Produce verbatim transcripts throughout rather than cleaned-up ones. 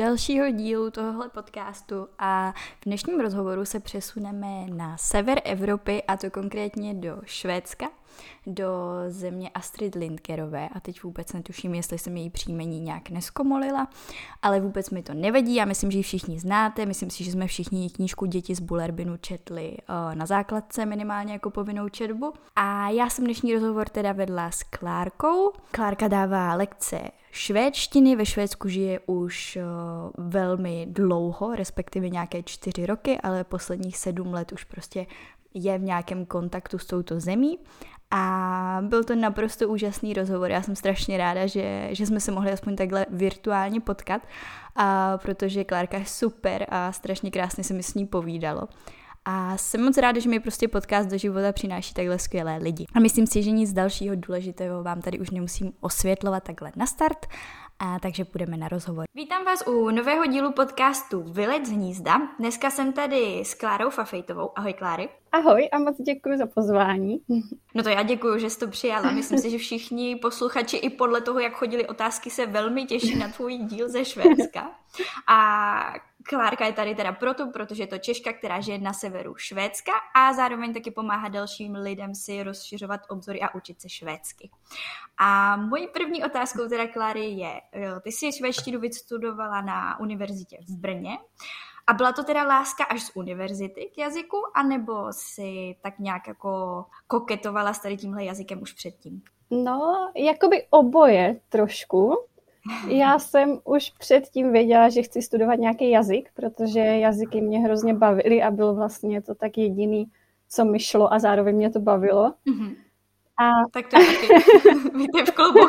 dalšího dílu tohohle podcastu a v dnešním rozhovoru se přesuneme na sever Evropy, a to konkrétně do Švédska, do země Astrid Lindgrenové, a teď vůbec netuším, jestli jsem její příjmení nějak neskomolila, ale vůbec mi to nevadí, já myslím, že ji všichni znáte, myslím si, že jsme všichni knížku Děti z Bullerbinu četli uh, na základce minimálně jako povinnou četbu. A já jsem dnešní rozhovor teda vedla s Klárkou. Klárka dává lekce švédštiny, ve Švédsku žije už uh, velmi dlouho, respektive nějaké čtyři roky, ale posledních sedm let už prostě je v nějakém kontaktu s touto zemí. A byl to naprosto úžasný rozhovor. Já jsem strašně ráda, že, že jsme se mohli aspoň takhle virtuálně potkat, a protože Klárka je super a strašně krásně se mi s ní povídalo. A jsem moc ráda, že mi prostě podcast do života přináší takhle skvělé lidi. A myslím si, že nic dalšího důležitého vám tady už nemusím osvětlovat takhle na start. A takže půjdeme na rozhovor. Vítám vás u nového dílu podcastu Vylec z hnízda. Dneska jsem tady s Klárou Fafejtovou. Ahoj, Kláry. Ahoj a moc děkuji za pozvání. No to já děkuji, že jsi to přijala. Myslím si, že všichni posluchači i podle toho, jak chodili otázky, se velmi těší na tvůj díl ze Švédska. A Klárka je tady teda proto, protože je to Češka, která žije na severu Švédska a zároveň taky pomáhá dalším lidem si rozšiřovat obzory a učit se švédsky. A mojí první otázkou teda, Kláry, je, jo, ty jsi švédštinu vystudovala na univerzitě v Brně a byla to teda láska až z univerzity k jazyku, anebo si tak nějak jako koketovala s tady tímhle jazykem už předtím? No, jakoby oboje trošku. Já jsem už předtím věděla, že chci studovat nějaký jazyk, protože jazyky mě hrozně bavily a byl vlastně to tak jediný, co mi šlo a zároveň mě to bavilo. Mm-hmm. A... Tak to je taky. Víte v klubu.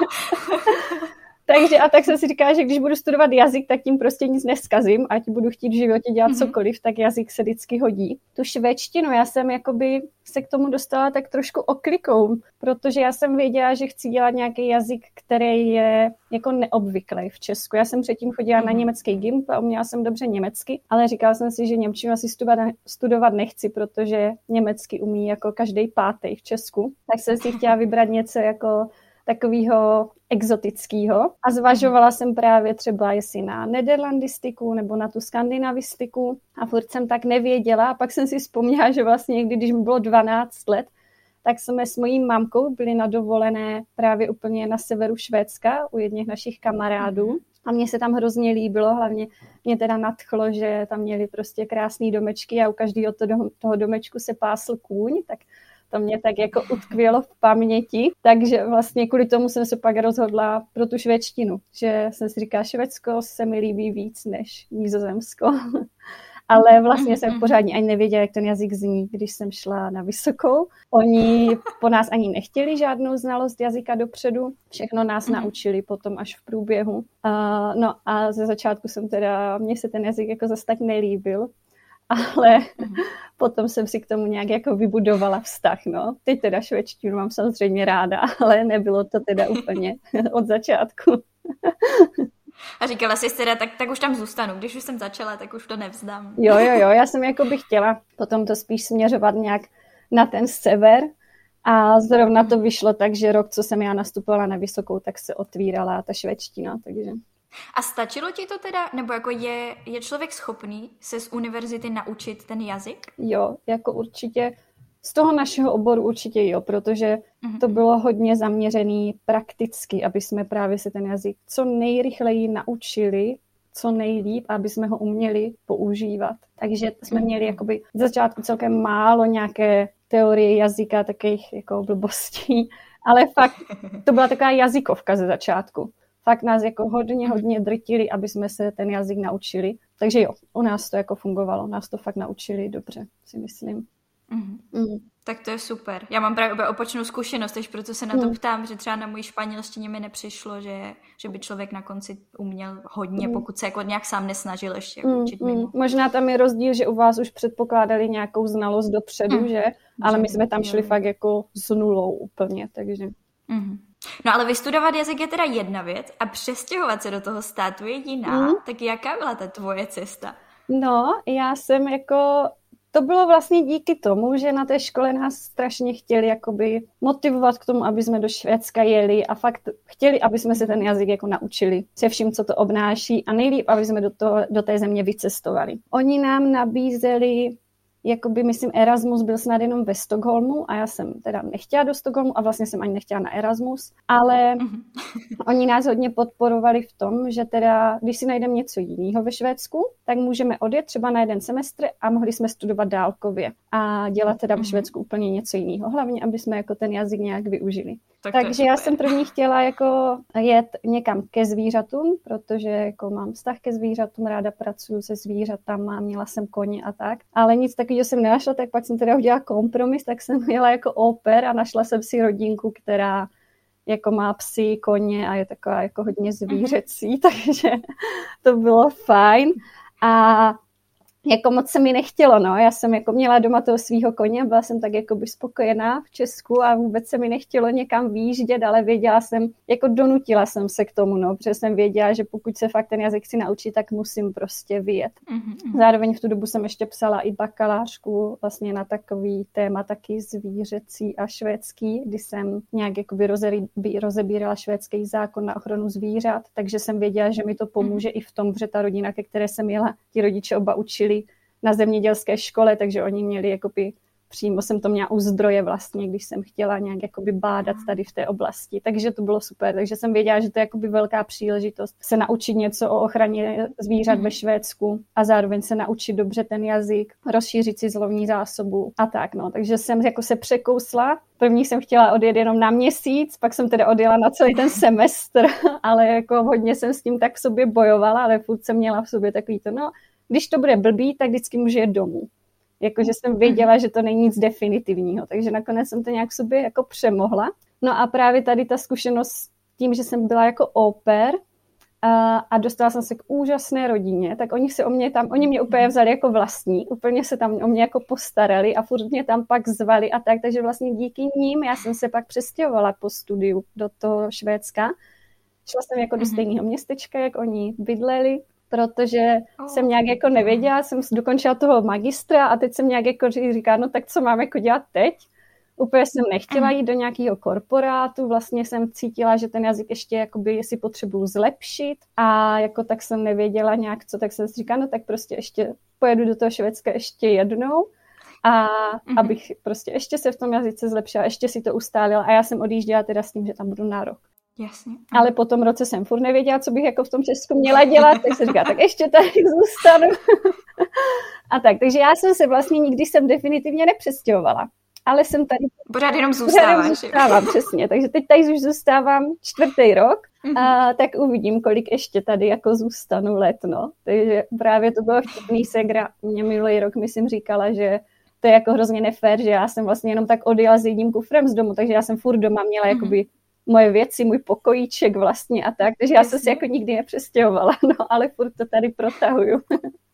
Takže a tak jsem si říkala, že když budu studovat jazyk, tak tím prostě nic neskazím, ať budu chtít v životě dělat mm-hmm. cokoliv, tak jazyk se vždycky hodí. Tu švédštinu, já jsem jakoby se k tomu dostala tak trošku oklikou, protože já jsem věděla, že chci dělat nějaký jazyk, který je jako neobvyklý v Česku. Já jsem předtím chodila mm-hmm. na německý gymp a uměla jsem dobře německy, ale říkala jsem si, že němčinu asi studovat, studovat nechci, protože německy umí jako každý pátý v Česku. Tak jsem si chtěla vybrat něco jako takového exotického a zvažovala jsem právě třeba jestli na nederlandistiku nebo na tu skandinavistiku a furt jsem tak nevěděla a pak jsem si vzpomněla, že vlastně někdy, když mi bylo dvanáct let, tak jsme s mojí mamkou byli na dovolené právě úplně na severu Švédska u jedných našich kamarádů a mně se tam hrozně líbilo, hlavně mě teda nadchlo, že tam měli prostě krásný domečky a u každého toho domečku se pásl kůň, tak to mě tak jako utkvělo v paměti, takže vlastně kvůli tomu jsem se pak rozhodla pro tu švédštinu, že jsem si říkala, Švédsko se mi líbí víc než Nizozemsko. Ale vlastně jsem pořádně ani nevěděla, jak ten jazyk zní, když jsem šla na vysokou. Oni po nás ani nechtěli žádnou znalost jazyka dopředu, všechno nás naučili potom až v průběhu. Uh, no a ze začátku jsem teda, mně se ten jazyk jako zase tak nelíbil, ale uh-huh. potom jsem si k tomu nějak jako vybudovala vztah, no. Teď teda švédštinu mám samozřejmě ráda, ale nebylo to teda úplně od začátku. A říkala jsi teda, tak, tak už tam zůstanu, když už jsem začala, tak už to nevzdám. Jo, jo, jo, já jsem jako bych chtěla potom to spíš směřovat nějak na ten sever a zrovna to vyšlo tak, že rok, co jsem já nastupovala na vysokou, tak se otvírala ta švédština, takže... A stačilo ti to teda, nebo jako je, je člověk schopný se z univerzity naučit ten jazyk? Jo, jako určitě z toho našeho oboru určitě jo, protože to bylo hodně zaměřený prakticky, aby jsme právě se ten jazyk co nejrychleji naučili, co nejlíp, aby jsme ho uměli používat. Takže jsme měli jakoby z začátku celkem málo nějaké teorie jazyka, takových jako blbostí, ale fakt to byla taková jazykovka ze začátku. Fakt nás jako hodně, hodně drtili, aby jsme se ten jazyk naučili. Takže jo, u nás to jako fungovalo. Nás to fakt naučili dobře, si myslím. Mm. Mm. Tak to je super. Já mám právě opačnou zkušenost, takže proto se na to ptám, že třeba na mojí španělštině mi nepřišlo, že, že by člověk na konci uměl hodně, mm. pokud se jako nějak sám nesnažil ještě jako mm, učit mimo. Mm. Možná tam je rozdíl, že u vás už předpokládali nějakou znalost dopředu, mm. že? Ale my jsme tam šli jo. fakt jako s nulou úplně, takže... Mm. No ale vystudovat jazyk je teda jedna věc a přestěhovat se do toho státu je jiná. Mm. Tak jaká byla ta tvoje cesta? No, já jsem jako to bylo vlastně díky tomu, že na té škole nás strašně chtěli jakoby motivovat k tomu, aby jsme do Švédska jeli a fakt chtěli, aby jsme se ten jazyk jako naučili se vším, co to obnáší a nejlíp, aby jsme do, toho, do té země vycestovali. Oni nám nabízeli jakoby, myslím, Erasmus byl snad jenom ve Stockholmu a já jsem teda nechtěla do Stockholmu a vlastně jsem ani nechtěla na Erasmus, ale mm-hmm. oni nás hodně podporovali v tom, že teda, když si najdeme něco jiného ve Švédsku, tak můžeme odjet třeba na jeden semestr a mohli jsme studovat dálkově a dělat teda v Švédsku úplně něco jiného, hlavně, aby jsme jako ten jazyk nějak využili. Tak Takže já jsem první chtěla jako jet někam ke zvířatům, protože jako mám vztah ke zvířatům, ráda pracuji se zvířatama, měla jsem koně a tak, ale nic takového jsem nenašla, tak pak jsem teda udělala kompromis, tak jsem jela jako au pair a našla jsem si rodinku, která jako má psy, koně a je taková jako hodně zvířecí, takže to bylo fajn. A jako moc se mi nechtělo, no. Já jsem jako měla doma toho svýho koně, byla jsem tak jako by spokojená v Česku a vůbec se mi nechtělo někam výjíždět, ale věděla jsem, jako donutila jsem se k tomu, no, protože jsem věděla, že pokud se fakt ten jazyk si naučí, tak musím prostě vyjet. Mm-hmm. Zároveň v tu dobu jsem ještě psala i bakalářku vlastně na takový téma taky zvířecí a švédský, kdy jsem nějak jakoby rozebírala švédský zákon na ochranu zvířat, takže jsem věděla, že mi to pomůže mm-hmm. i v tom, protože ta rodina, ke které jsem jela, ti rodiče oba učili na zemědělské škole, takže oni měli jakoby, přímo jsem to měla u zdroje vlastně, když jsem chtěla nějak jakoby bádat tady v té oblasti, takže to bylo super, takže jsem věděla, že to je jakoby velká příležitost se naučit něco o ochraně zvířat ve Švédsku a zároveň se naučit dobře ten jazyk, rozšířit si slovní zásobu a tak, no, takže jsem jako se překousla. První jsem chtěla odjet jenom na měsíc, pak jsem teda odjela na celý ten semestr, ale jako hodně jsem s tím tak v sobě bojovala, ale furt jsem měla v sobě takový to, no, když to bude blbý, tak vždycky může jít domů. Jakože jsem věděla, že to není nic definitivního, takže nakonec jsem to nějak v sobě jako přemohla. No a právě tady ta zkušenost tím, že jsem byla jako au pair a, a dostala jsem se k úžasné rodině, tak oni se o mě tam, oni mě úplně vzali jako vlastní, úplně se tam o mě jako postarali a furt mě tam pak zvali a tak, takže vlastně díky ním já jsem se pak přestěhovala po studiu do toho Švédska. Šla jsem jako do stejného městečka, jak oni bydleli, protože oh. jsem nějak jako nevěděla, jsem dokončila toho magistra a teď jsem nějak jako říkala, no tak co mám jako dělat teď? Úplně jsem nechtěla jít do nějakého korporátu, vlastně jsem cítila, že ten jazyk ještě jakoby si potřebuju zlepšit a jako tak jsem nevěděla nějak co, tak jsem si říkala, no tak prostě ještě pojedu do toho Švédska ještě jednou a abych prostě ještě se v tom jazyce zlepšila, ještě si to ustálila a já jsem odjížděla teda s tím, že tam budu na rok. Jasně. Ale po tom roce jsem furt nevěděla, co bych jako v tom Česku měla dělat, tak jsem říkala, tak ještě tady zůstanu. A tak, takže já jsem se vlastně nikdy jsem definitivně nepřestěhovala. Ale jsem tady... Pořád jenom zůstáváš. Zůstávám, přesně. Takže teď tady už zůstávám čtvrtý rok a tak uvidím, kolik ještě tady jako zůstanu let, no. Takže právě to bylo vtipný, ségra mě minulý rok, myslím, říkala, že to je jako hrozně nefér, že já jsem vlastně jenom tak odjela s jedním kufrem z domu, takže já jsem furt doma měla jakoby moje věci, můj pokojíček vlastně a tak, takže já jsem se jako nikdy nepřestěhovala, no, ale furt to tady protahuju.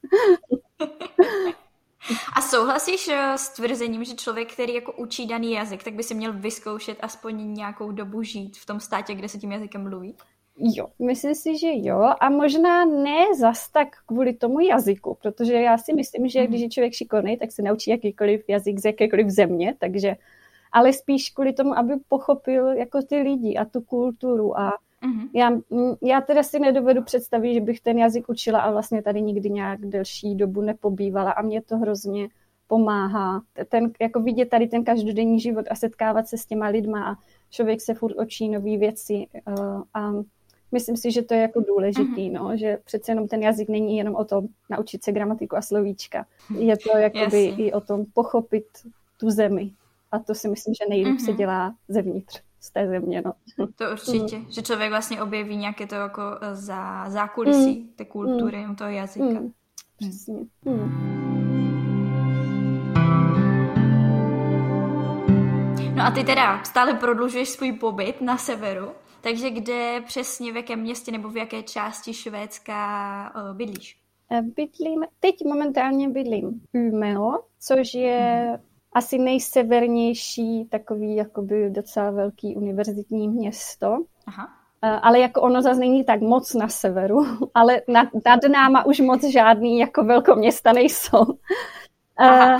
A souhlasíš s tvrzením, že člověk, který jako učí daný jazyk, tak by si měl vyzkoušet aspoň nějakou dobu žít v tom státě, kde se tím jazykem mluví? Jo, myslím si, že jo. A možná ne zas tak kvůli tomu jazyku, protože já si myslím, že když je člověk šikovný, tak se naučí jakýkoliv jazyk z jakékoliv země, takže ale spíš kvůli tomu, aby pochopil jako ty lidi a tu kulturu a mm-hmm. já, já teda si nedovedu představit, že bych ten jazyk učila a vlastně tady nikdy nějak delší dobu nepobývala a mě to hrozně pomáhá. Ten, jako vidět tady ten každodenní život a setkávat se s těma lidma a člověk se furt učí nový věci uh, a myslím si, že to je jako důležitý, mm-hmm. no, že přece jenom ten jazyk není jenom o tom naučit se gramatiku a slovíčka. Je to jakoby i o tom pochopit tu zemi. A to si myslím, že nejlíp mm-hmm. se dělá zevnitř z té země. No. To určitě, mm. že člověk vlastně objeví nějaké to jako za zákulisí mm. té kultury, mm. toho jazyka. Mm. Přesně. Mm. No a ty teda stále prodlužuješ svůj pobyt na severu, takže kde přesně, v jakém městě nebo v jaké části Švédska uh, bydlíš? Bydlím, teď momentálně bydlím Umeå, což je mm. asi nejsevernější takový jakoby docela velký univerzitní město. Aha. Ale jako ono zase není tak moc na severu, ale nad, nad náma už moc žádný jako velkoměsta nejsou. Uh,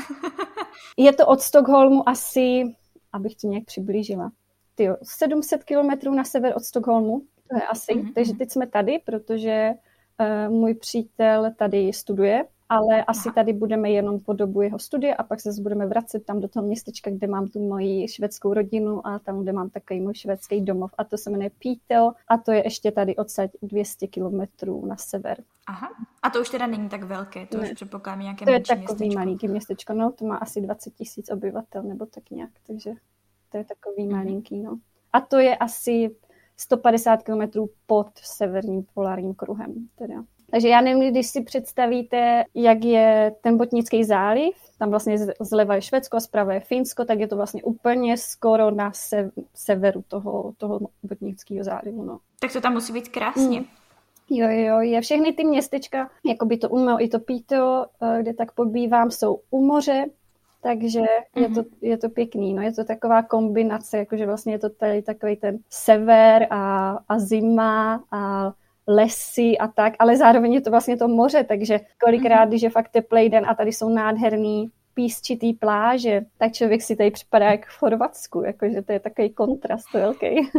je to od Stockholmu asi, abych to nějak přiblížila, tyjo, sedm set kilometrů na sever od Stockholmu, to je asi. Mm-hmm. Takže teď jsme tady, protože uh, můj přítel tady studuje, ale asi tady budeme jenom po dobu jeho studia a pak se budeme vracet tam do toho městečka, kde mám tu moji švédskou rodinu a tam, kde mám takový můj švédský domov a to se jmenuje Piteå a to je ještě tady odsaď dvě stě kilometrů na sever. Aha, a to už teda není tak velké, to ne. Už předpokládám nějaké to menší je takový malinký městečko, no to má asi dvacet tisíc obyvatel nebo tak nějak, takže to je takový mm. malinký, no. A to je asi sto padesát kilometrů pod severním polárním kruhem, teda. Takže já nevím, když si představíte, jak je ten Botnický záliv, tam vlastně zleva je Švédsko a zprava je Finsko, tak je to vlastně úplně skoro na se, severu toho, toho Botnického zálivu. No. Tak to tam musí být krásně. Mm. Jo, jo, je všechny ty městečka, jako by to Umeå i to Piteå, kde tak pobývám, jsou u moře, takže mm-hmm. je, to, je to pěkný, no, je to taková kombinace, jakože vlastně je to tady takový ten sever a, a zima a lesy a tak, ale zároveň je to vlastně to moře, takže kolikrát, mm-hmm. když je fakt teplej den a tady jsou nádherný písčitý pláže, tak člověk si tady připadá jak v Chorvatsku, jakože to je takový kontrast velký.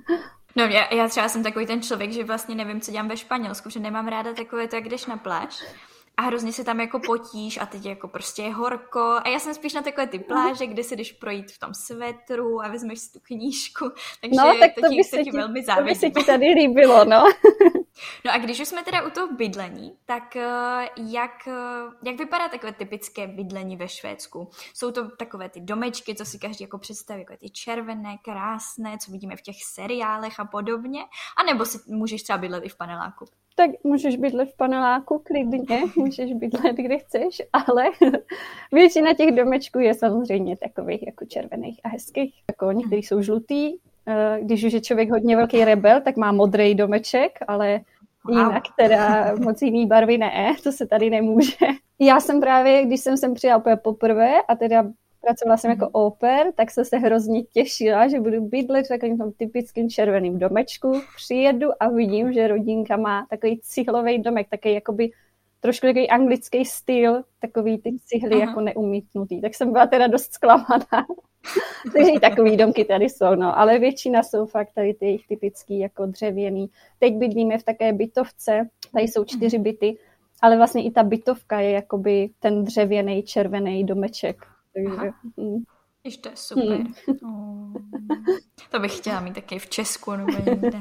No já, já třeba jsem takový ten člověk, že vlastně nevím, co dělám ve Španělsku, že nemám ráda takové to, jak jdeš na pláž a hrozně se tam jako potíš a teď jako prostě je horko a já jsem spíš na takové ty pláže, kde si jdeš projít v tom svetru a vezmeš si tu knížku, takže no, tak to, to, by ti, se to ti, ti velmi závidím. To by se ti tady líbilo, no. No a když už jsme teda u toho bydlení, tak jak, jak vypadá takové typické bydlení ve Švédsku? Jsou to takové ty domečky, co si každý jako představí, jako ty červené, krásné, co vidíme v těch seriálech a podobně? A nebo si můžeš třeba bydlet i v paneláku? Tak můžeš bydlet v paneláku, klidně, můžeš bydlet, kde chceš, ale většina těch domečků je samozřejmě takových jako červených a hezkých. Jako některý jsou žlutý, když už je člověk hodně velký rebel, tak má modrý domeček, ale wow. Jinak teda moc jiný barvy ne, to se tady nemůže. Já jsem právě, když jsem sem přijela úplně poprvé a teda pracovala jsem jako au pair, tak jsem se hrozně těšila, že budu bydlet v takovým tom typickým červeným domečku. Přijedu a vidím, že rodinka má takový cihlový domek, takový jakoby trošku takový anglický styl, takový ty cihly Aha. jako neumítnutý. Tak jsem byla teda dost zklamaná. Takže i takový domky tady jsou, no, ale většina jsou fakt tady ty jejich typický jako dřevěný. Teď bydlíme v také bytovce, tady jsou čtyři byty, ale vlastně i ta bytovka je jakoby ten dřevěný červený domeček. Takže, mm. Jež to je super. Mm. Oh. To bych chtěla mít taky v Česku nebo někde.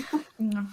No.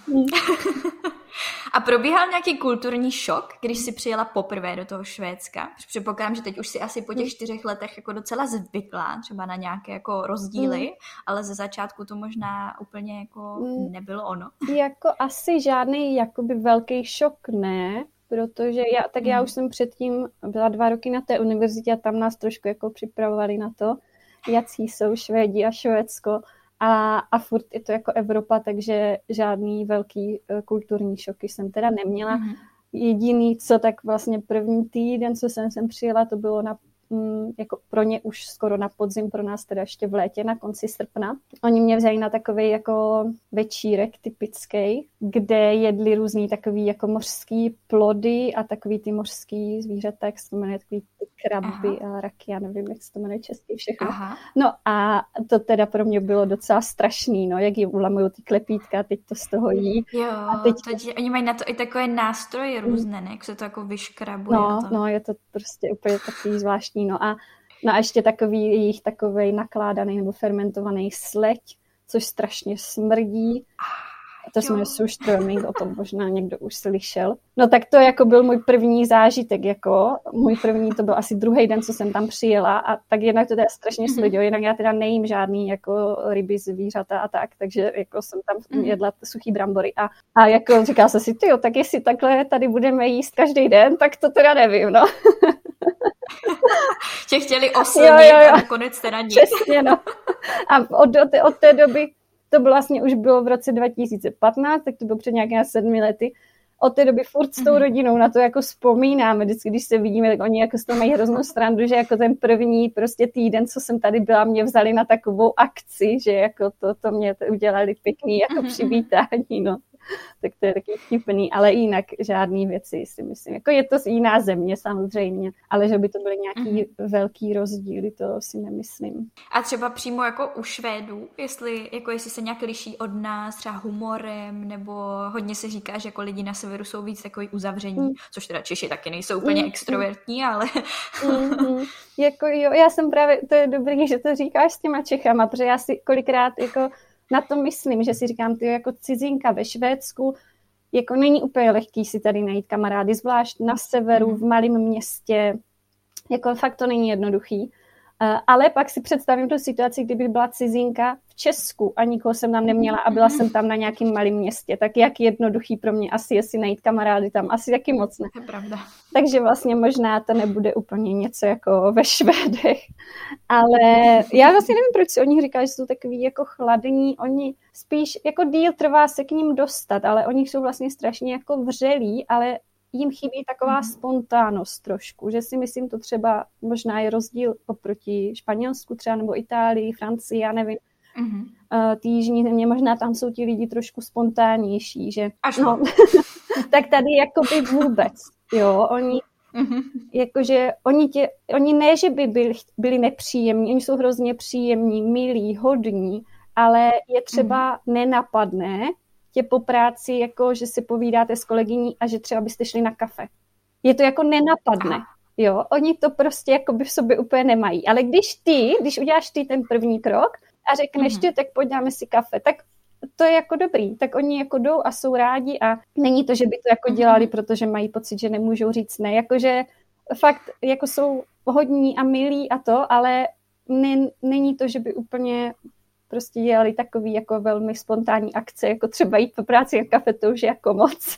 A probíhal nějaký kulturní šok, když jsi přijela poprvé do toho Švédska? Předpokládám, že teď už si asi po těch čtyřech letech jako docela zvyklá třeba na nějaké jako rozdíly, mm. ale ze začátku to možná úplně jako mm. nebylo ono. Jako asi žádný jakoby velký šok ne, protože já, tak já už jsem předtím byla dva roky na té univerzitě a tam nás trošku jako připravovali na to, jací jsou Švédi a Švédsko a, a furt je to jako Evropa, takže žádný velký uh, kulturní šoky jsem teda neměla. Mm-hmm. Jediný, co tak vlastně první týden, co jsem sem přijela, to bylo na jako pro ně už skoro na podzim, pro nás teda ještě v létě, na konci srpna. Oni mě vzali na takový jako večírek typický, kde jedli různý takový jako mořský plody a takový ty mořský zvířata, jak se to jmenuje, takový ty kraby Aha. a raky, já nevím, jak se to jmenuje česky všechno. Aha. No a to teda pro mě bylo docela strašný, no, jak jim ulamují ty klepítka, teď to z toho jí. Jo, a teď... teď, oni mají na to i takové nástroje různé, ne? Jak se to jako vyškrabuje. No, to. no, je to prostě úplně takový zvláštní. No a, no a ještě takový jejich takovej nakládaný nebo fermentovaný sleď, což strašně smrdí. To jsme surströmming, o tom možná někdo už slyšel. No tak to jako byl můj první zážitek, jako můj první, to byl asi druhý den, co jsem tam přijela a tak jednak to teda strašně smrdilo, jinak já teda nejím žádný jako ryby, zvířata a tak, takže jako jsem tam jedla suchý brambory a, a jako říkala jsem si, tyjo, tak jestli takhle tady budeme jíst každý den, tak to teda nevím, no. Tě chtěli oslnit a nakonec teda nic. Přesně, no. A od, od, od té doby to bylo vlastně už bylo v roce dva tisíce patnáct, tak to bylo před nějaké sedmi lety. Od té doby furt s tou rodinou na to jako vzpomínáme. Vždycky, když se vidíme, tak oni jako z toho mají hroznou srandu, že jako ten první prostě týden, co jsem tady byla, mě vzali na takovou akci, že jako to, to mě to udělali pěkný jako přivítání, no. Tak to je taky vtipný, ale jinak žádný věci si myslím. Jako je to jiná země samozřejmě, ale že by to byly nějaký mm. velký rozdíly, to si nemyslím. A třeba přímo jako u Švédů, jestli, jako jestli se nějak liší od nás třeba humorem, nebo hodně se říká, že jako lidi na severu jsou víc takový uzavření, mm. což teda Češi taky nejsou úplně mm. extrovertní, ale... mm-hmm. Jako jo, já jsem právě, to je dobrý, že to říkáš s těma Čechama, protože já si kolikrát jako na to myslím, že si říkám, ty jako cizinka ve Švédsku, jako není úplně lehký si tady najít kamarády, zvlášť na severu, v malém městě, jako fakt to není jednoduchý. Ale pak si představím tu situaci, kdyby byla cizinka v Česku a nikoho jsem tam neměla a byla jsem tam na nějakém malém městě, tak jak jednoduchý pro mě asi je si najít kamarády tam, asi taky moc ne. To je pravda. Takže vlastně možná to nebude úplně něco jako ve Švédech. Ale já vlastně nevím, proč si oni říkají, že jsou takový jako chladní, oni spíš jako díl trvá se k ním dostat, ale oni jsou vlastně strašně jako vřelí, ale jim chybí taková mm-hmm. spontánnost trošku, že si myslím, to třeba možná je rozdíl oproti Španělsku třeba, nebo Itálii, Francii, já nevím. Mm-hmm. Uh, ty jižní země, možná tam jsou ti lidi trošku spontánnější, že Až no, tak tady jakoby vůbec, jo, oni mm-hmm. jakože oni, tě, oni ne, že by byli, byli nepříjemní, oni jsou hrozně příjemní, milí, hodní, ale je třeba mm-hmm. nenapadné tě po práci, jako že si povídáte s kolegyní a že třeba byste šli na kafe. Je to jako nenapadne. Jo, oni to prostě jako by v sobě úplně nemají. Ale když ty, když uděláš ty ten první krok a řekneš mm-hmm. ty, tak pojď dáme si kafe, tak to je jako dobrý. Tak oni jako jdou a jsou rádi a není to, že by to jako dělali, protože mají pocit, že nemůžou říct ne. Jakože fakt jako jsou hodní a milí a to, ale ne, není to, že by úplně prostě dělali takový jako velmi spontánní akce, jako třeba jít po práci na kafe, to už je jako moc.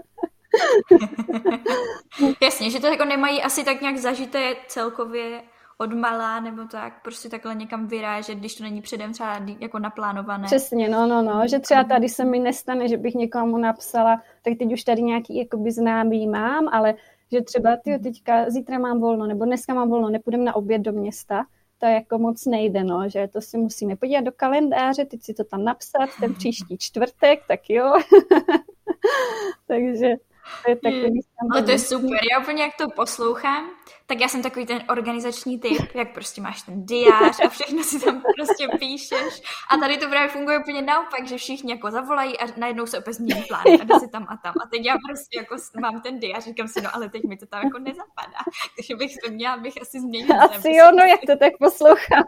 Jasně, že to jako nemají asi tak nějak zažité celkově od malá, nebo tak prostě takhle někam vyrážet, když to není předem třeba jako naplánované. Přesně, no, no, no, že třeba tady se mi nestane, že bych někomu napsala, tak teď už tady nějaký jakoby známý mám, ale že třeba tyjo, teďka zítra mám volno, nebo dneska mám volno, nepůjdem na oběd do města, to jako moc nejde, no, že to si musíme podívat do kalendáře, teď si to tam napsat, ten příští čtvrtek, tak jo. Takže to je takový... Ale to je super, já úplně jak to poslouchám, tak já jsem takový ten organizační typ, jak prostě máš ten diář a všechno si tam prostě píšeš. A tady to právě funguje úplně naopak, že všichni jako zavolají a najednou se opět změní plán a jde si tam a tam. A teď já prostě jako mám ten diář, říkám si, no ale teď mi to tam jako nezapadá. Takže bych to měla, bych asi změnila. Asi jo, no jak to tak poslouchám.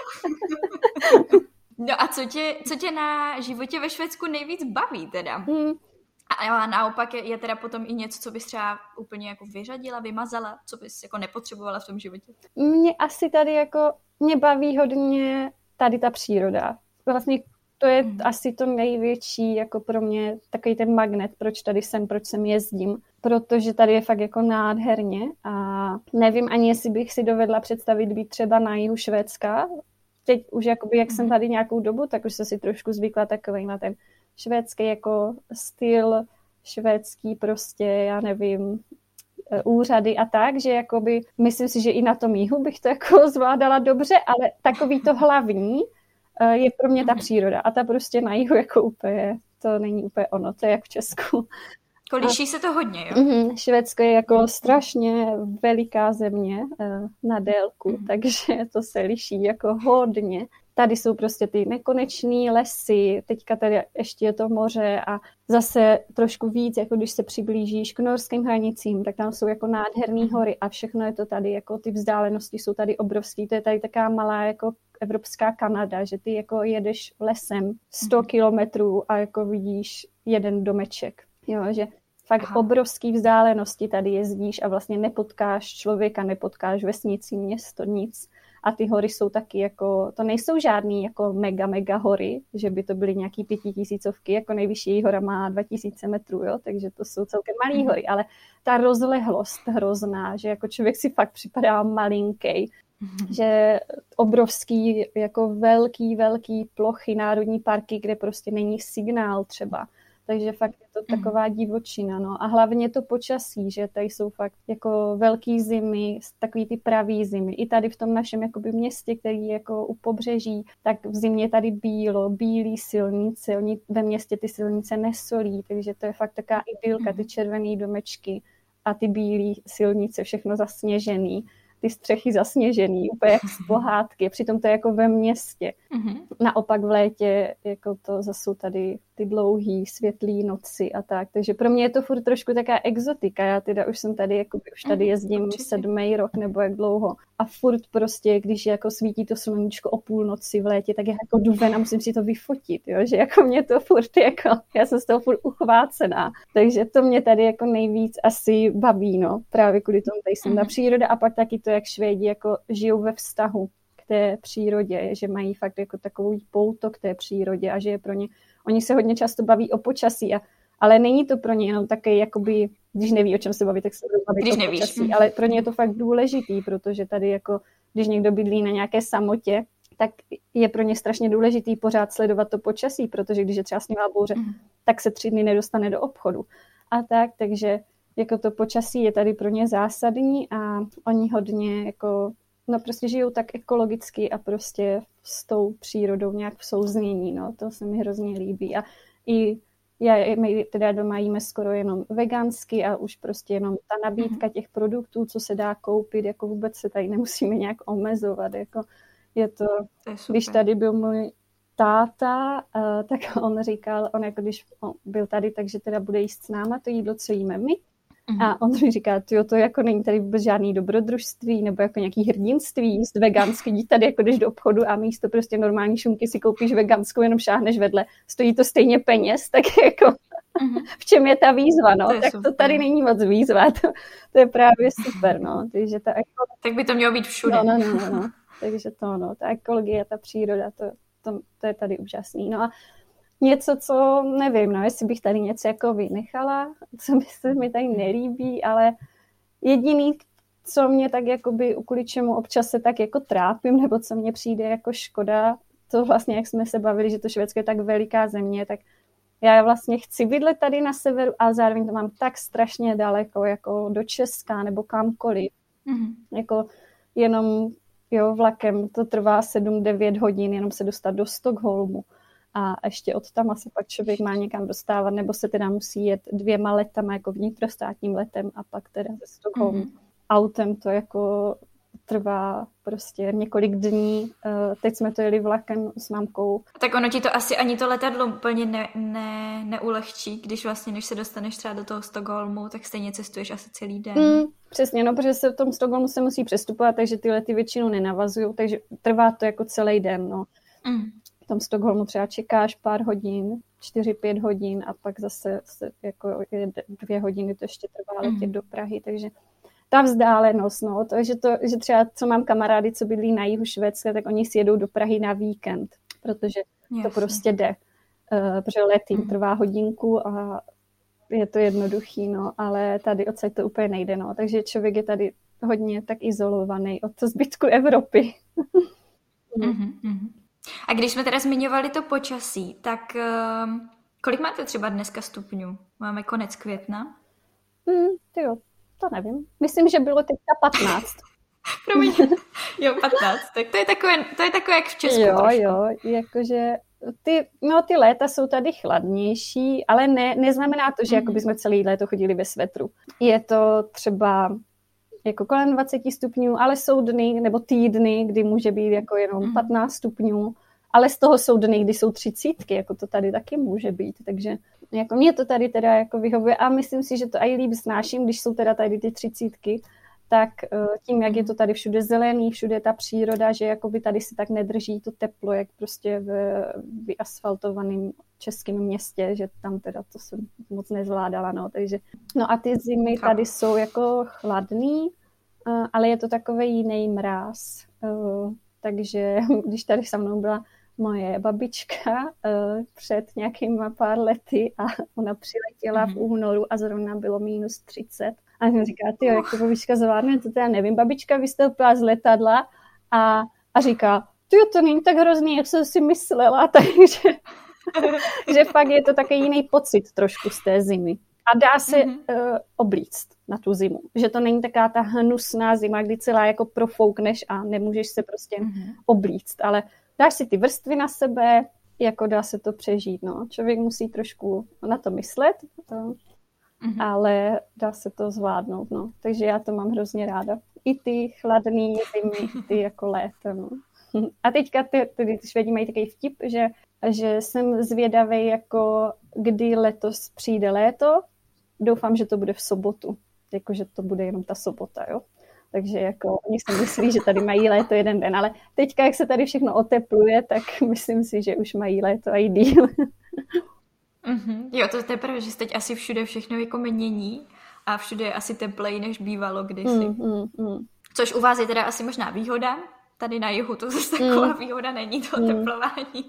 No a co tě, co tě na životě ve Švédsku nejvíc baví teda? Hmm. A naopak je, je teda potom i něco, co bys třeba úplně jako vyřadila, vymazala, co bys jako nepotřebovala v tom životě? Mě asi tady jako, mě baví hodně tady ta příroda. Vlastně to je mm. asi to největší jako pro mě takový ten magnet, proč tady jsem, proč sem jezdím. Protože tady je fakt jako nádherně a nevím ani, jestli bych si dovedla představit být třeba na jihu Švédska. Teď už jakoby, jak mm. jsem tady nějakou dobu, tak už jsem si trošku zvykla takový na ten švédský jako styl, švédský prostě, já nevím, úřady a tak, že jakoby, myslím si, že i na tom jihu bych to jako zvládala dobře, ale takový to hlavní je pro mě ta příroda a ta prostě na jihu jako úplně, to není úplně ono, to je jak v Česku. Liší se to hodně, jo? Mm, Švédsko je jako strašně veliká země na délku, mm. takže to se liší jako hodně. Tady jsou prostě ty nekonečný lesy, teďka tady ještě je to moře a zase trošku víc, jako když se přiblížíš k norským hranicím, tak tam jsou jako nádherný hory a všechno je to tady, jako ty vzdálenosti jsou tady obrovský, to je tady taková malá jako evropská Kanada, že ty jako jedeš lesem sto kilometrů a jako vidíš jeden domeček, jo, že fakt Aha. obrovský vzdálenosti tady jezdíš a vlastně nepotkáš člověka, nepotkáš vesnici, město, nic. A ty hory jsou taky jako, to nejsou žádný jako mega, mega hory, že by to byly nějaký pětitisícovky, jako nejvyšší hora má dva tisíce metrů, jo, takže to jsou celkem malý mm. hory, ale ta rozlehlost hrozná, že jako člověk si fakt připadá malinký, mm. že obrovský, jako velký, velký plochy, národní parky, kde prostě není signál třeba, Takže fakt je to taková divočina, no. A hlavně to počasí, že tady jsou fakt jako velký zimy, takový ty pravý zimy. I tady v tom našem jakoby městě, který je jako u pobřeží, tak v zimě tady bílo, bílý silnice. Oni ve městě ty silnice nesolí, takže to je fakt taková idylka, ty červený domečky a ty bílý silnice, všechno zasněžený. Ty střechy zasněžený, úplně jak z pohádky, přitom to je jako ve městě. Mm-hmm. Naopak v létě jako to zase jsou tady ty dlouhý světlý noci a tak, takže pro mě je to furt trošku taková exotika, já teda už jsem tady, jako už tady jezdím mm, sedmý rok nebo jak dlouho a furt prostě, když jako svítí to sluníčko o půlnoci v létě, tak já jako jdu ven a musím si to vyfotit, jo? Že jako mě to furt jako, já jsem z toho furt uchvácená, takže to mě tady jako nejvíc asi baví, no, právě kvůli tomu tady jsem mm-hmm. ta příroda a pak taky to, jak Švédi jako žijou ve vztahu k té přírodě, že mají fakt jako takový pouto k té přírodě a že je pro ně, oni se hodně často baví o počasí, a, ale není to pro ně jenom také, jakoby, když neví, o čem se baví, tak se baví když o nevíš. Počasí, ale pro ně je to fakt důležitý, protože tady jako, když někdo bydlí na nějaké samotě, tak je pro ně strašně důležitý pořád sledovat to počasí, protože když je třeba sněhová bouře, mm. tak se tři dny nedostane do obchodu. A tak, takže jako to počasí je tady pro ně zásadní a oni hodně jako, no prostě žijou tak ekologicky a prostě s tou přírodou nějak v souznění, no, to se mi hrozně líbí. A i já, my teda doma jíme skoro jenom vegansky a už prostě jenom ta nabídka těch produktů, co se dá koupit, jako vůbec se tady nemusíme nějak omezovat, jako je to, to je když tady byl můj táta, uh, tak on říkal, on jako když on byl tady, takže teda bude jíst s náma to jídlo, co jíme my. Mm-hmm. A on mi říká, tyjo, to jako není tady vůbec žádný dobrodružství nebo jako nějaký hrdinství jíst vegansky, jít tady jako jdeš do obchodu a místo prostě normální šunky si koupíš veganskou, jenom šáhneš vedle, stojí to stejně peněz, tak jako mm-hmm. v čem je ta výzva, no, to tak super. To tady není moc výzva, to, to je právě super, no, takže ta ekologie... Tak by to mělo být všude. No, no, no, no, no. Takže to, no, ta ekologie, ta příroda, to, to, to je tady úžasný, no a něco, co nevím, no, jestli bych tady něco jako vynechala, co mi se mi tady nelíbí, ale jediný, co mě tak jakoby, kvůli čemu občas se tak jako trápím, nebo co mně přijde jako škoda, to vlastně, jak jsme se bavili, že to Švédsko je tak veliká země, tak já vlastně chci bydlet tady na severu, ale zároveň to mám tak strašně daleko, jako do Česka nebo kamkoliv. Mm-hmm. Jako jenom, jo, vlakem to trvá sedm devět hodin, jenom se dostat do Stockholmu. A ještě od tam asi pak člověk má někam dostávat, nebo se teda musí jet dvěma letama, jako vnitrostátním letem a pak teda ze Stockholmu. Mm-hmm. Autem to jako trvá prostě několik dní. Teď jsme to jeli vlakem s mámkou. Tak ono ti to asi ani to letadlo úplně ne, ne, neulehčí, když vlastně, než se dostaneš třeba do toho Stockholmu, tak stejně cestuješ asi celý den. Mm, přesně, no, protože se v tom Stockholmu se musí přestupovat, takže ty lety většinou nenavazují, takže trvá to jako celý den, no. Mm. V tom Stockholmu třeba čekáš pár hodin, čtyři, pět hodin a pak zase se jako dvě hodiny to ještě trvá letět mm. do Prahy, takže ta vzdálenost, no, to je, že, to, že třeba, co mám kamarády, co bydlí na jihu Švédska, tak oni si jedou do Prahy na víkend, protože Jasně. to prostě jde, uh, protože letím mm. trvá hodinku a je to jednoduchý, no, ale tady odsaď to úplně nejde, no, takže člověk je tady hodně tak izolovaný od to zbytku Evropy. mm-hmm. A když jsme teda zmiňovali to počasí, tak uh, kolik máte třeba dneska stupňů? Máme konec května? Hmm, tyjo, to nevím. Myslím, že bylo teďka patnáct. Promiň, jo, patnáct. Tak to je takové, to je takové jak v Česku. Jo, trošku. jo, jakože ty, no, ty léta jsou tady chladnější, ale ne, neznamená to, že mm. jako bychom celý léto chodili ve svetru. Je to třeba jako kolem dvacet stupňů, ale jsou dny nebo týdny, kdy může být jako jenom mm. patnáct stupňů, ale z toho jsou dny, kdy jsou třicítky, jako to tady taky může být, takže jako mě to tady teda jako vyhovuje a myslím si, že to i líp snáším, když jsou teda tady ty třicítky, tak tím, jak je to tady všude zelený, všude ta příroda, že jakoby tady si tak nedrží to teplo, jak prostě v vyasfaltovaném českém městě, že tam teda to jsem moc nezvládala, no, takže no a ty zimy tady jsou jako chladný, ale je to takový jiný mráz, takže když tady se mnou byla moje babička uh, před nějakýma pár lety a ona přiletěla v únoru a zrovna bylo minus třicet. A jsem říká, tyjo, jak to babička zvládne, to teda nevím. Babička vystoupila z letadla a, a říká, tyjo, to není tak hrozný, jak jsem si myslela, takže že fakt je to takový jiný pocit trošku z té zimy. A dá se mm-hmm. uh, oblíct na tu zimu. Že to není taká ta hnusná zima, kdy celá jako profoukneš a nemůžeš se prostě mm-hmm. oblíct. Ale dáš si ty vrstvy na sebe, jako dá se to přežít. No. Člověk musí trošku na to myslet, to, mm-hmm. ale dá se to zvládnout. No. Takže já to mám hrozně ráda. I ty chladný zimy, ty jako léto. No. A teďka ty, ty, ty Švédi mají takový vtip, že, že jsem zvědavý, jako kdy letos přijde léto. Doufám, že to bude v sobotu. Jako, že to bude jenom ta sobota, jo. Takže jako oni si myslí, že tady mají léto jeden den, ale teďka, jak se tady všechno otepluje, tak myslím si, že už mají léto a i díl. Mm-hmm. Jo, to je pravda, že teď asi všude všechno jako mění a všude je asi tepleji, než bývalo kdysi. Mm, mm, mm. Což u vás je teda asi možná výhoda. Tady na jihu to zase taková mm. výhoda není, to mm. teplování.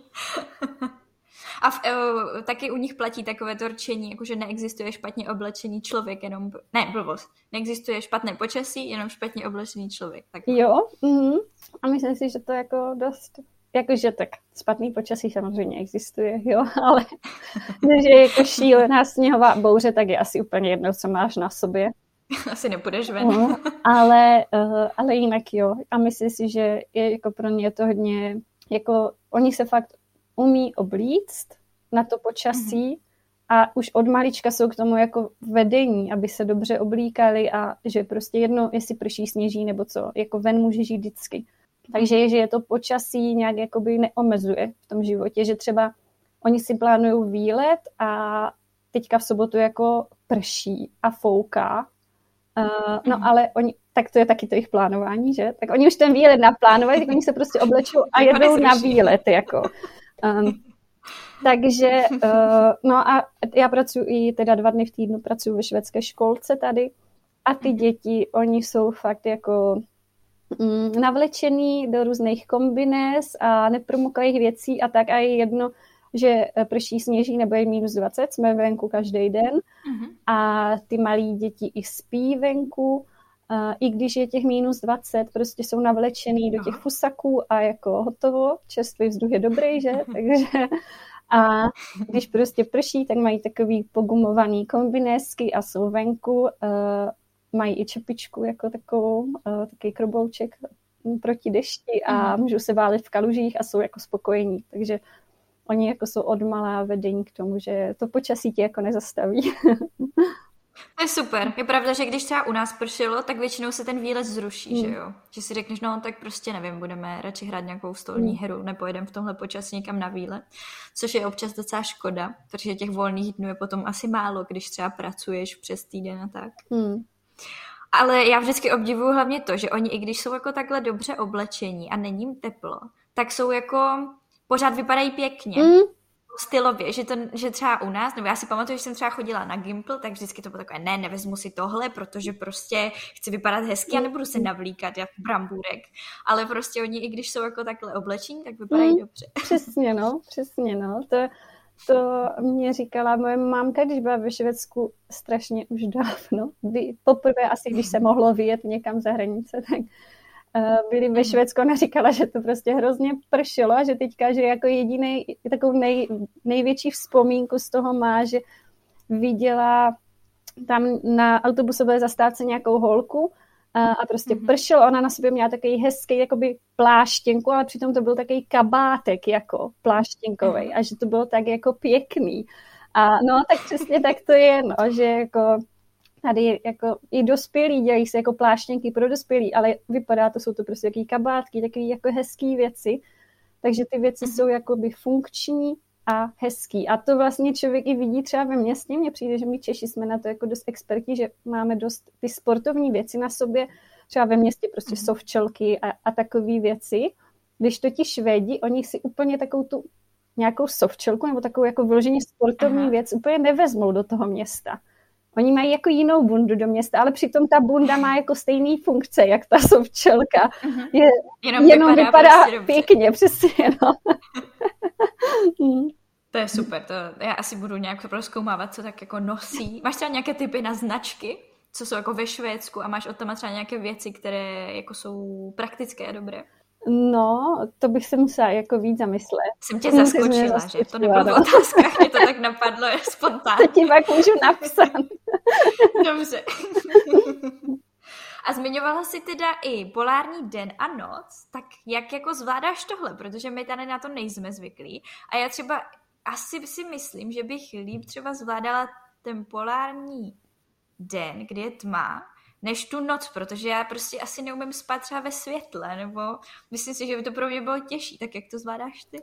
A v, uh, taky u nich platí takové to rčení, jakože neexistuje špatně oblečený člověk, jenom, ne, blbost, neexistuje špatné počasí, jenom špatně oblečený člověk. Tak. Jo, mm-hmm. A myslím si, že to jako dost, jakože tak špatný počasí samozřejmě existuje, jo, ale když je jako šílená sněhová bouře, tak je asi úplně jedno, co máš na sobě. Asi nepůjdeš ven. No, ale, uh, ale jinak jo. A myslím si, že je jako pro ně to hodně, jako oni se fakt umí oblíct na to počasí mm-hmm. a už od malička jsou k tomu jako vedení, aby se dobře oblíkali a že prostě jedno, jestli prší, sněží nebo co, jako ven může žít vždycky. Takže je, že je to počasí nějak jakoby neomezuje v tom životě, že třeba oni si plánují výlet a teďka v sobotu jako prší a fouká. Uh, no ale oni, tak to je taky to jejich plánování, že? Tak oni už ten výlet naplánovali, tak oni se prostě oblečou a jedou na výlet, jako. Um, takže, uh, no a já pracuji i teda dva dny v týdnu, pracuji ve švédské školce tady a ty děti, oni jsou fakt jako mm, navlečený do různých kombinés a nepromoklých věcí a tak a je jedno, že prší, sněží nebo je minus dvacet, jsme venku každý den uh-huh. a ty malí děti i spí venku, uh, i když je těch minus dvacet, prostě jsou navlečený do těch fusaků a jako hotovo, čerstvý vzduch je dobrý, že? Takže a když prostě prší, tak mají takový pogumovaný kombinésky a jsou venku, uh, mají i čepičku jako takovou, uh, takový krobouček proti dešti a uh-huh. můžou se válit v kalužích a jsou jako spokojení, takže oni jako jsou odmalá vedení k tomu, že to počasí tě jako nezastaví. To je super. Je pravda, že když třeba u nás pršelo, tak většinou se ten výlet zruší, mm. že jo? Že si řekneš, no tak prostě nevím, budeme radši hrát nějakou stolní mm. hru, nepojedeme v tomhle počasí někam na výlet, což je občas docela škoda, protože těch volných dnů je potom asi málo, když třeba pracuješ přes týden a tak. Mm. Ale já vždycky obdivuju hlavně to, že oni, i když jsou jako takhle dobře oblečení a není jim teplo, tak jsou jako pořád vypadají pěkně. Mm. Stylově, že, to, že třeba u nás, nebo já si pamatuju, že jsem třeba chodila na Gimpl, tak vždycky to bylo takové, ne, nevezmu si tohle, protože prostě chci vypadat hezky a nebudu se navlíkat jak brambůrek. Ale prostě oni, i když jsou jako takhle oblečení, tak vypadají mm. dobře. Přesně, no, přesně, no. To, to mě říkala moje mámka, když byla ve Švédsku strašně už dávno. Poprvé asi, když se mohlo vyjet někam za hranice, tak byli ve Švédsku, ona říkala, že to prostě hrozně pršelo a že teďka, že jako jediný, takovou nej, největší vzpomínku z toho má, že viděla tam na autobusové zastávce nějakou holku a, a prostě mm-hmm. pršelo, ona na sobě měla takový hezký jakoby pláštěnku, ale přitom to byl takový kabátek jako pláštěnkovej a že to bylo tak jako pěkný. A no, tak přesně tak to je, no, že jako tady jako i dospělí dělají se jako pláštěnky pro dospělí, ale vypadá to, jsou to prostě takový kabátky, takový jako hezký věci. Takže ty věci jsou jakoby funkční a hezký. A to vlastně člověk i vidí třeba ve městě. Mně přijde, že my Češi jsme na to jako dost experti, že máme dost ty sportovní věci na sobě. Třeba ve městě prostě softčelky a, a takové věci. Když to ti Švédi, oni si úplně takovou tu nějakou softčelku nebo takovou jako vyloženě sportovní Aha. věc úplně nevezmou do toho města. Oni mají jako jinou bundu do města, ale přitom ta bunda má jako stejný funkce, jak ta softčelka. Uh-huh. Je, jenom, jenom vypadá, vypadá prostě pěkně, přesně. No. To je super, to já asi budu nějak prozkoumávat, co tak jako nosí. Máš třeba nějaké typy na značky, co jsou jako ve Švédsku a máš od tam třeba nějaké věci, které jako jsou praktické a dobré? No, to bych se musela jako víc zamyslet. Jsem tě zaskočila, že? To nebylo v otázkách, mě to tak napadlo spontánně. To ti pak můžu napsat. Dobře. A zmiňovala jsi teda i polární den a noc, tak jak jako zvládáš tohle? Protože my tady na to nejsme zvyklí. A já třeba asi si myslím, že bych líp třeba zvládala ten polární den, kdy je tma, než tu noc, protože já prostě asi neumím spát třeba ve světle, nebo myslím si, že by to pro mě bylo těžší. Tak jak to zvládáš ty?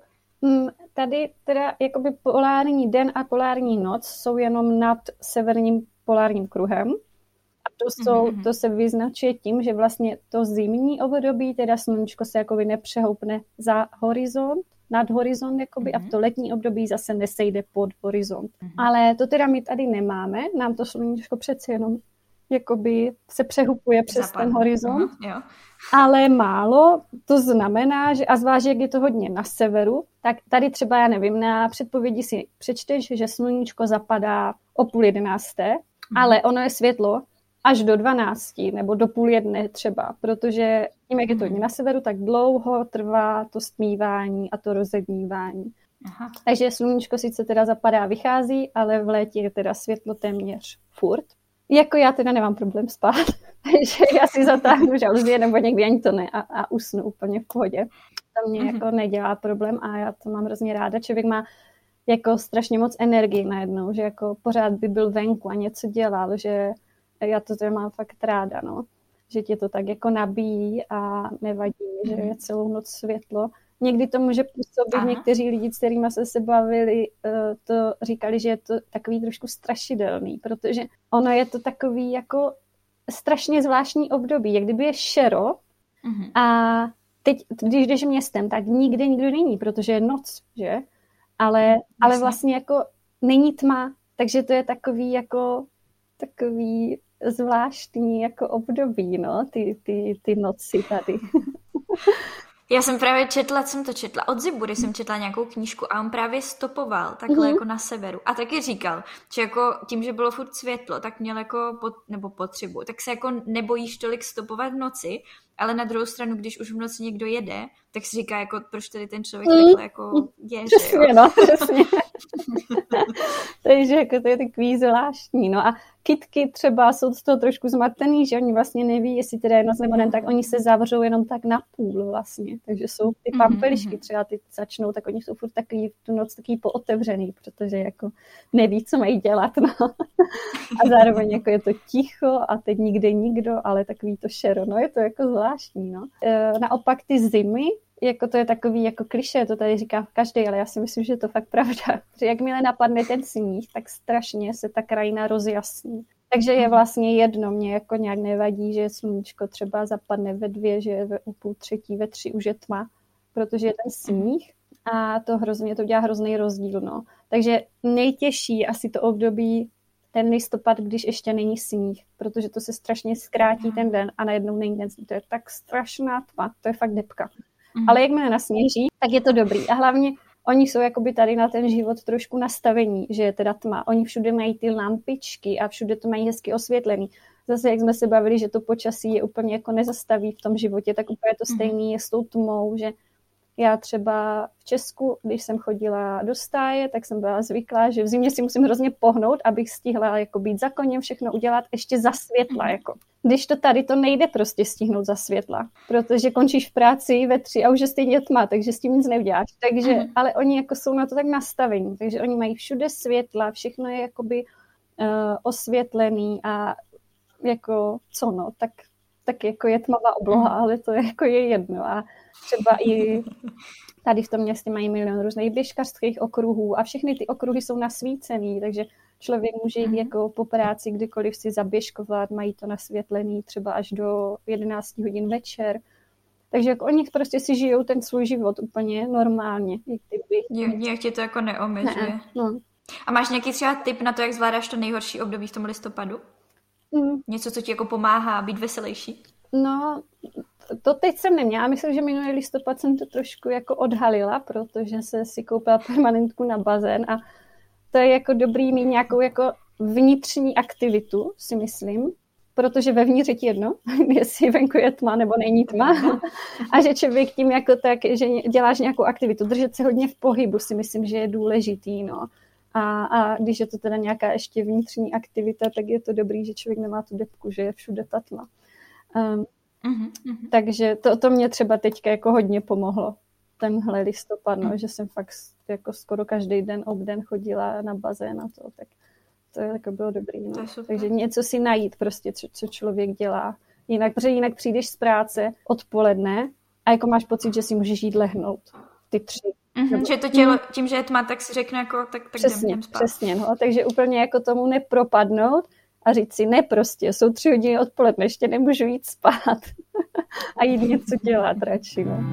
Tady teda jakoby polární den a polární noc jsou jenom nad severním polárním kruhem. A to, jsou, mm-hmm. to se vyznačuje tím, že vlastně to zimní období, teda sluníčko se jakoby nepřehoupne za horizont, nad horizont jakoby, mm-hmm. a v to letní období zase nesejde pod horizont. Mm-hmm. Ale to teda my tady nemáme, nám to sluníčko přece jenom jakoby se přehupuje přes Zapadne. ten horizont, uh-huh, jo. ale málo, to znamená, že a zvlášť, jak je to hodně na severu, tak tady třeba, já nevím, na předpovědi si přečteš, že sluníčko zapadá o půl jedenácté, uh-huh. ale ono je světlo až do dvanácti nebo do půl jedné třeba, protože tím, jak je to hodně na severu, tak dlouho trvá to stmívání a to rozedmívání. Aha. Takže sluníčko sice teda zapadá, vychází, ale v létě je teda světlo téměř furt. Jako já teda nemám problém spát, takže já si zatáhnu žaluzí nebo někdy ani to ne a, a usnu úplně v pohodě. To mě mm-hmm. jako nedělá problém a já to mám hrozně ráda. Člověk má jako strašně moc energie najednou, že jako pořád by byl venku a něco dělal, že já to teda mám fakt ráda, no. Že tě to tak jako nabíjí a nevadí, mm-hmm. že je celou noc světlo. Někdy to může působit, Aha. někteří lidi, s kterými se se bavili, to říkali, že je to takový trošku strašidelný, protože ono je to takový jako strašně zvláštní období, jak kdyby je šero uh-huh. a teď, když jdeš městem, tak nikde nikdo není, protože je noc, že? Ale, ale vlastně jako není tma, takže to je takový jako takový zvláštní jako období, no, ty, ty, ty noci tady. Já jsem právě četla, jsem to četla, od Zibury jsem četla nějakou knížku a on právě stopoval takhle mm-hmm. jako na severu a taky říkal, že jako tím, že bylo furt světlo, tak měl jako pot, nebo potřebu, tak se jako nebojíš tolik stopovat v noci, ale na druhou stranu, když už v noci někdo jede, tak si říká, jako proč tady ten člověk mm. takhle jako je, přesně, že jo? No, přesně. Takže jako to je takový zvláštní, no a kytky třeba jsou z toho trošku zmatený, že oni vlastně neví, jestli teda je noc nebo ne, tak oni se zavřou jenom tak na půl vlastně, takže jsou ty pampelišky třeba ty začnou, tak oni jsou furt takový v tu noc takový pootevřený, protože jako neví, co mají dělat, no. A zároveň jako je to ticho a teď nikde nikdo, ale takový to šero, no je to jako zvláštní, no. E, naopak ty zimy, jako to je takový jako klišé, to tady říká každý, ale já si myslím, že je to fakt pravda. Že jakmile napadne ten sníh, tak strašně se ta krajina rozjasní. Takže je vlastně jedno, mě jako nějak nevadí, že sluníčko třeba zapadne ve dvě, že je ve půl třetí, ve tři už je tma, protože je ten sníh a to hrozně, to dělá hrozný rozdíl, no. Takže nejtěžší asi to období ten listopad, když ještě není sníh, protože to se strašně zkrátí ten den a najednou není den, to je tak strašná tma, to je fakt depka. Mm. Ale jakmile nasněží, tak je to dobrý. A hlavně oni jsou jakoby tady na ten život trošku nastavení, že je teda tma. Oni všude mají ty lampičky a všude to mají hezky osvětlený. Zase, jak jsme se bavili, že to počasí je úplně jako nezastaví v tom životě, tak úplně to stejný je s tou tmou, že já třeba v Česku, když jsem chodila do stáje, tak jsem byla zvyklá, že v zimě si musím hrozně pohnout, abych stihla jako být za koněm, všechno udělat ještě za světla. Jako. Když to tady, to nejde prostě stihnout za světla, protože končíš v práci ve tři a už je stejně tma, takže s tím nic neuděláš. Takže, mm. ale oni jako jsou na to tak nastavení, takže oni mají všude světla, všechno je jakoby uh, osvětlený a jako co no, tak, tak jako je tmavá obloha, ale to je jako je jedno. A třeba i tady v tom městě mají milion různých běžkařských okruhů a všechny ty okruhy jsou nasvícený, takže člověk může jít jako po práci kdykoliv si zaběžkovat, mají to nasvětlený třeba až do jedenáct hodin večer. Takže jako oni prostě si žijou ten svůj život úplně normálně. Nějak tě to jako neomezuje. Ne, no. A máš nějaký třeba tip na to, jak zvládáš to nejhorší období v tom listopadu? Mm. Něco, co ti jako pomáhá být veselější? No, to teď jsem neměla. Myslím, že minulý listopad jsem to trošku jako odhalila, protože se si koupila permanentku na bazén a to je jako dobrý mít nějakou jako vnitřní aktivitu, si myslím. protože vevnitř je ti jedno, jestli venku je tma nebo není tma. A že člověk tím jako tak, že děláš nějakou aktivitu. Držet se hodně v pohybu si myslím, že je důležitý. No. A, a když je to teda nějaká ještě vnitřní aktivita, tak je to dobrý, že člověk nemá tu depku, že je všude ta tma. Um, mm-hmm. Takže to, to mě třeba teďka jako hodně pomohlo. Tenhle listopad, no, že jsem fakt jako skoro každý den obden chodila na bazén a to, tak to je, jako bylo dobrý. No. Takže něco si najít prostě, co, co člověk dělá. Jinak, protože jinak přijdeš z práce odpoledne a jako máš pocit, že si můžeš jít lehnout ty tři. Mm-hmm, nebo... Že to tělo, tím, že je tma, tak si řekne jako, tak, tak přesně, jdem, jdem spát. Přesně, no, takže úplně jako tomu nepropadnout a říct si, ne prostě, jsou tři hodiny odpoledne, ještě nemůžu jít spát a jít něco dělat radši, no.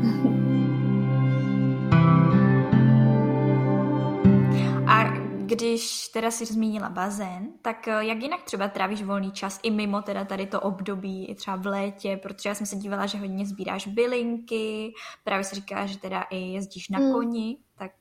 A když teda si zmínila bazén, tak jak jinak třeba trávíš volný čas i mimo teda tady to období, i třeba v létě, protože já jsem se dívala, že hodně sbíráš bylinky, právě si říkáš, že teda i jezdíš na hmm. koni, tak...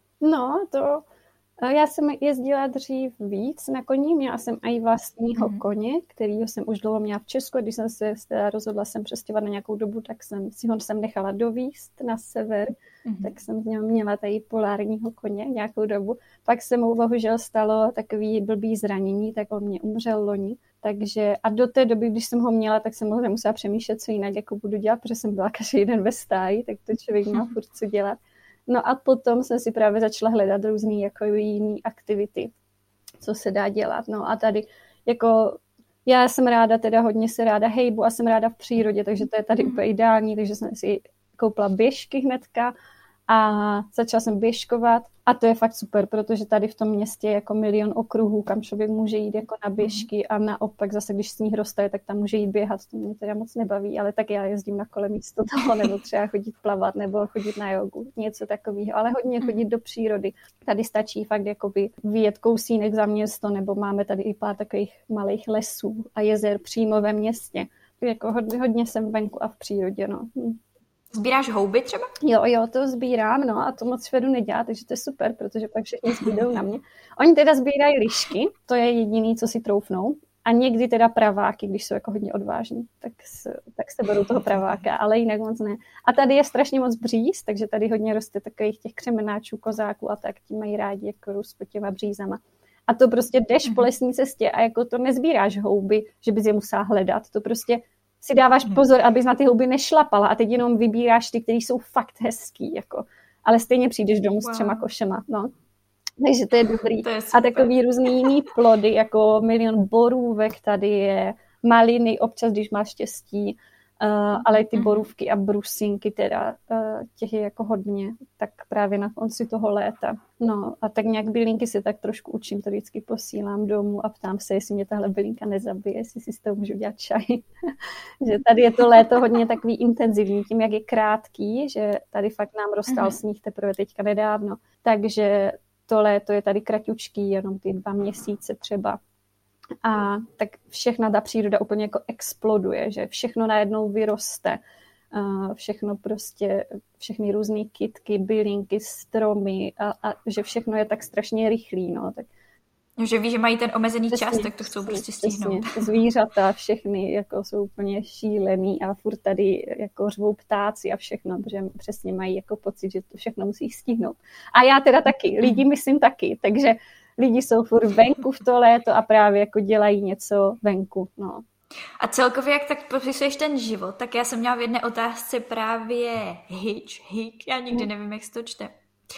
No, to... Já jsem jezdila dřív víc na koni, měla jsem i vlastního mm-hmm. koně, kterýho jsem už dlouho měla v Česku. Když jsem se rozhodla jsem přestěhovat na nějakou dobu, tak jsem si ho jsem nechala dovízt na sever, mm-hmm. tak jsem měla tady polárního koně nějakou dobu. Pak se mu bohužel stalo takový blbý zranění, tak on mě umřel loni. Takže a do té doby, když jsem ho měla, tak jsem nemusela přemýšlet, co jinak jako budu dělat, protože jsem byla každý den ve stáji, tak to člověk má furt co dělat. No a potom jsem si právě začala hledat různý jako jiný aktivity, co se dá dělat. No a tady jako já jsem ráda, teda hodně se ráda hejbu a jsem ráda v přírodě, takže to je tady úplně ideální, takže jsem si koupila běžky hnedka a začala jsem běžkovat a to je fakt super, protože tady v tom městě je jako milion okruhů, kam člověk může jít jako na běžky a naopak zase, když sníh roztaje, tak tam může jít běhat, to mě teda moc nebaví, ale tak já jezdím na kole místo toho, nebo třeba chodit plavat, nebo chodit na jogu, něco takového, ale hodně chodit do přírody. Tady stačí fakt jakoby vyjet kousínek za město, nebo máme tady i pár takových malých lesů a jezer přímo ve městě. Jako hodně, hodně jsem venku a v přírodě, no. Sbíráš houby třeba? Jo, jo, to sbírám, no a to moc Švedu nedělá, takže to je super, protože pak všichni zbydou na mě. Oni teda sbírají lišky, to je jediný, co si troufnou. A někdy teda praváky, když jsou jako hodně odvážní, tak se, tak se berou toho praváka, ale jinak moc ne. A tady je strašně moc bříz, takže tady hodně roste takových těch křemenáčů, kozáků a tak, ti mají rádi jako růst pod těma břízama. A to prostě jdeš po lesní cestě a jako to nezbíráš houby, že bys je musela hledat, to prostě si dáváš pozor, abys na ty houby nešlapala a teď jenom vybíráš ty, které jsou fakt hezký, jako. Ale stejně přijdeš domů wow. s třema košema, no. Takže to je dobrý. To je a takový různý jiný plody, jako milion borůvek tady je, maliny občas, když máš štěstí, uh, ale ty borůvky a brusinky teda, uh, těch je jako hodně, tak právě na konci toho léta. No a tak nějak bylinky si tak trošku učím, to vždycky posílám domů a ptám se, jestli mě tahle bylinka nezabije, jestli si z toho můžu dělat čaj. Že tady je to léto hodně takový intenzivní, tím jak je krátký, že tady fakt nám roztal sníh teprve teďka nedávno, takže to léto je tady kratučký, jenom ty dva měsíce třeba. A tak všechna ta příroda úplně jako exploduje, že všechno najednou vyroste. Všechno prostě, všechny různé kytky, bylinky, stromy a, a že všechno je tak strašně rychlý, no. Tak že víš, že mají ten omezený přesně, čas, tak to chcou prostě stihnout. Přesně. Zvířata všechny jako jsou úplně šílený a furt tady jako řvou ptáci a všechno, protože přesně mají jako pocit, že to všechno musí stihnout. A já teda taky, lidi myslím taky, takže lidi jsou furt venku v to léto a právě jako dělají něco venku, no. A celkově, jak tak popisuješ ten život, tak já jsem měla v jedné otázce právě hitch, hick, já nikdy nevím, jak se to čte.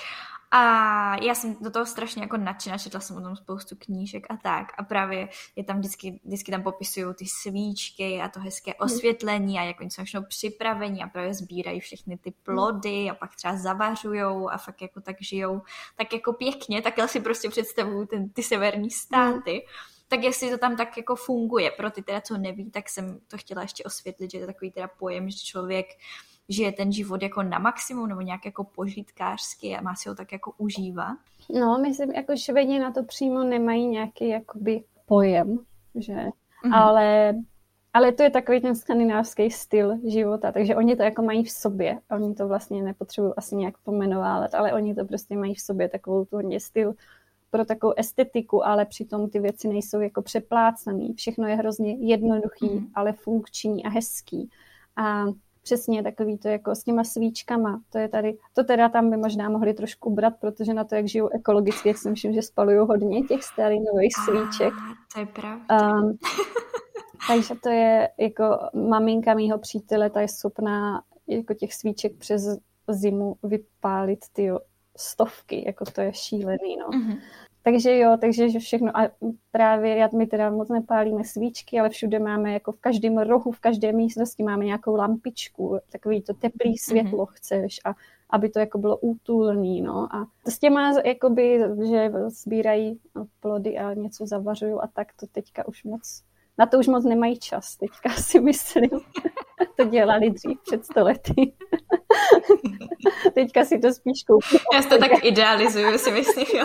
A já jsem do toho strašně jako nadšená, četla jsem o tom spoustu knížek a tak. A právě je tam vždycky, vždycky tam popisují ty svíčky a to hezké osvětlení a jak oni jsou všechno připravení a právě sbírají všechny ty plody a pak třeba zavařujou a fakt jako tak žijou. Tak jako pěkně, takhle si prostě představuju ten, ty severní státy. Tak jestli to tam tak jako funguje, pro ty teda, co neví, tak jsem to chtěla ještě osvětlit, že to je takový teda pojem, že člověk žije ten život jako na maximum nebo nějak jako požitkářsky a má si ho tak jako užívat. No, myslím, jako Švedi na to přímo nemají nějaký jakoby pojem, že, mm-hmm. ale, ale to je takový ten skandinávský styl života, takže oni to jako mají v sobě, oni to vlastně nepotřebují asi nějak pomenovávat, ale oni to prostě mají v sobě takovou tu hodně styl pro takovou estetiku, ale přitom ty věci nejsou jako přeplácaný. Všechno je hrozně jednoduchý, mm. ale funkční a hezký. A přesně takový to jako s těma svíčkama, to je tady, to teda tam by možná mohli trošku ubrat, protože na to, jak žijou ekologicky, jak si myslím, že spalujou hodně těch stalinových svíček. Ah, to je pravda. Um, takže to je jako maminka mýho přítele, ta je schopná jako těch svíček přes zimu vypálit ty stovky, jako to je šílený, no. Mm-hmm. Takže jo, takže všechno a právě já, my teda moc nepálíme svíčky, ale všude máme jako v každém rohu, v každé místnosti máme nějakou lampičku, takový to teplý světlo mm-hmm. chceš a aby to jako bylo útulný, no. A to s těma, jakoby, že sbírají plody a něco zavařují a tak to teďka už moc, na to už moc nemají čas, teďka si myslím. To dělali dřív před sto lety. Teďka si to spíš koupím. Já si to tak idealizuju, si myslím, jo.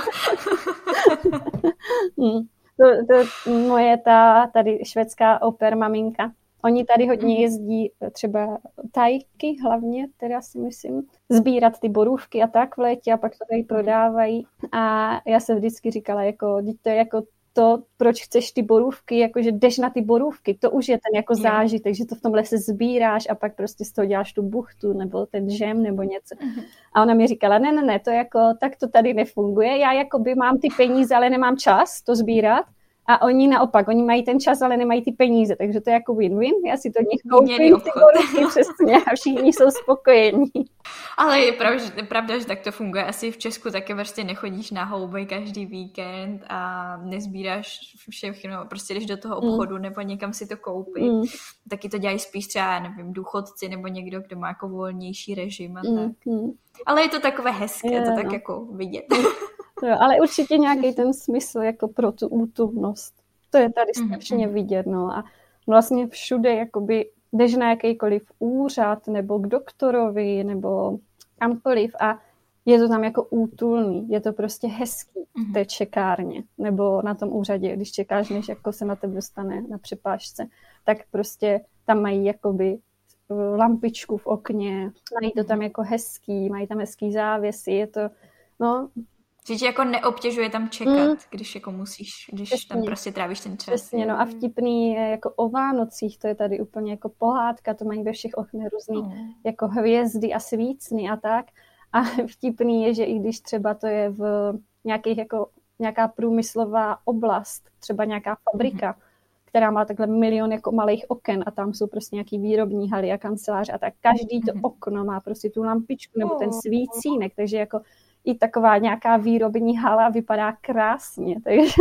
hmm. to, to moje ta tady švédská oper maminka. Oni tady hodně jezdí třeba Tajky hlavně, teda si myslím, sbírat ty borůvky a tak v létě a pak to tady prodávají. A já jsem vždycky říkala, jako, to je jako to, proč chceš ty borůvky, jakože jdeš na ty borůvky, to už je ten jako zážitek, že to v tom lese sbíráš a pak prostě z toho děláš tu buchtu nebo ten džem nebo něco. Mm-hmm. A ona mi říkala, ne, ne, ne, to jako, tak to tady nefunguje, já jakoby mám ty peníze, ale nemám čas to sbírat a oni naopak, oni mají ten čas, ale nemají ty peníze, takže to je jako win-win, já si to od nich koupím, ty borůvky přesně a všichni jsou spokojení. Ale je pravda, pravda, že tak to funguje. Asi v Česku taky prostě nechodíš na houby každý víkend a nezbíráš všechno, prostě jdeš do toho obchodu mm. nebo někam si to koupit. Mm. Taky to dělají spíš třeba, nevím, důchodci nebo někdo, kdo má jako volnější režim a mm. tak. Mm. Ale je to takové hezké, je, to tak no. jako vidět. Jo, ale určitě nějaký ten smysl jako pro tu útulnost. To je tady strašně mm. vidět, no. A vlastně všude jakoby jdeš na jakýkoliv úřad nebo k doktorovi nebo kamkoliv a je to tam jako útulný, je to prostě hezký v té čekárně nebo na tom úřadě, když čekáš, než jako se na tebe dostane na přepážce, tak prostě tam mají jakoby lampičku v okně, mají to tam jako hezký, mají tam hezký závěsy, je to, no... Že tě jako neobtěžuje tam čekat, mm. když jako musíš, když Přesně. tam prostě trávíš ten čas. Přesně, no a vtipný je jako o Vánocích, to je tady úplně jako pohádka, to mají ve všech oknech různý mm. jako hvězdy a svícny a tak. A vtipný je, že i když třeba to je v nějakých jako nějaká průmyslová oblast, třeba nějaká fabrika, mm. která má takhle milion jako malých oken a tam jsou prostě nějaký výrobní haly a kanceláře a tak každý to mm. okno má prostě tu lampičku nebo ten svícínek, takže jako i taková nějaká výrobní hala vypadá krásně, takže...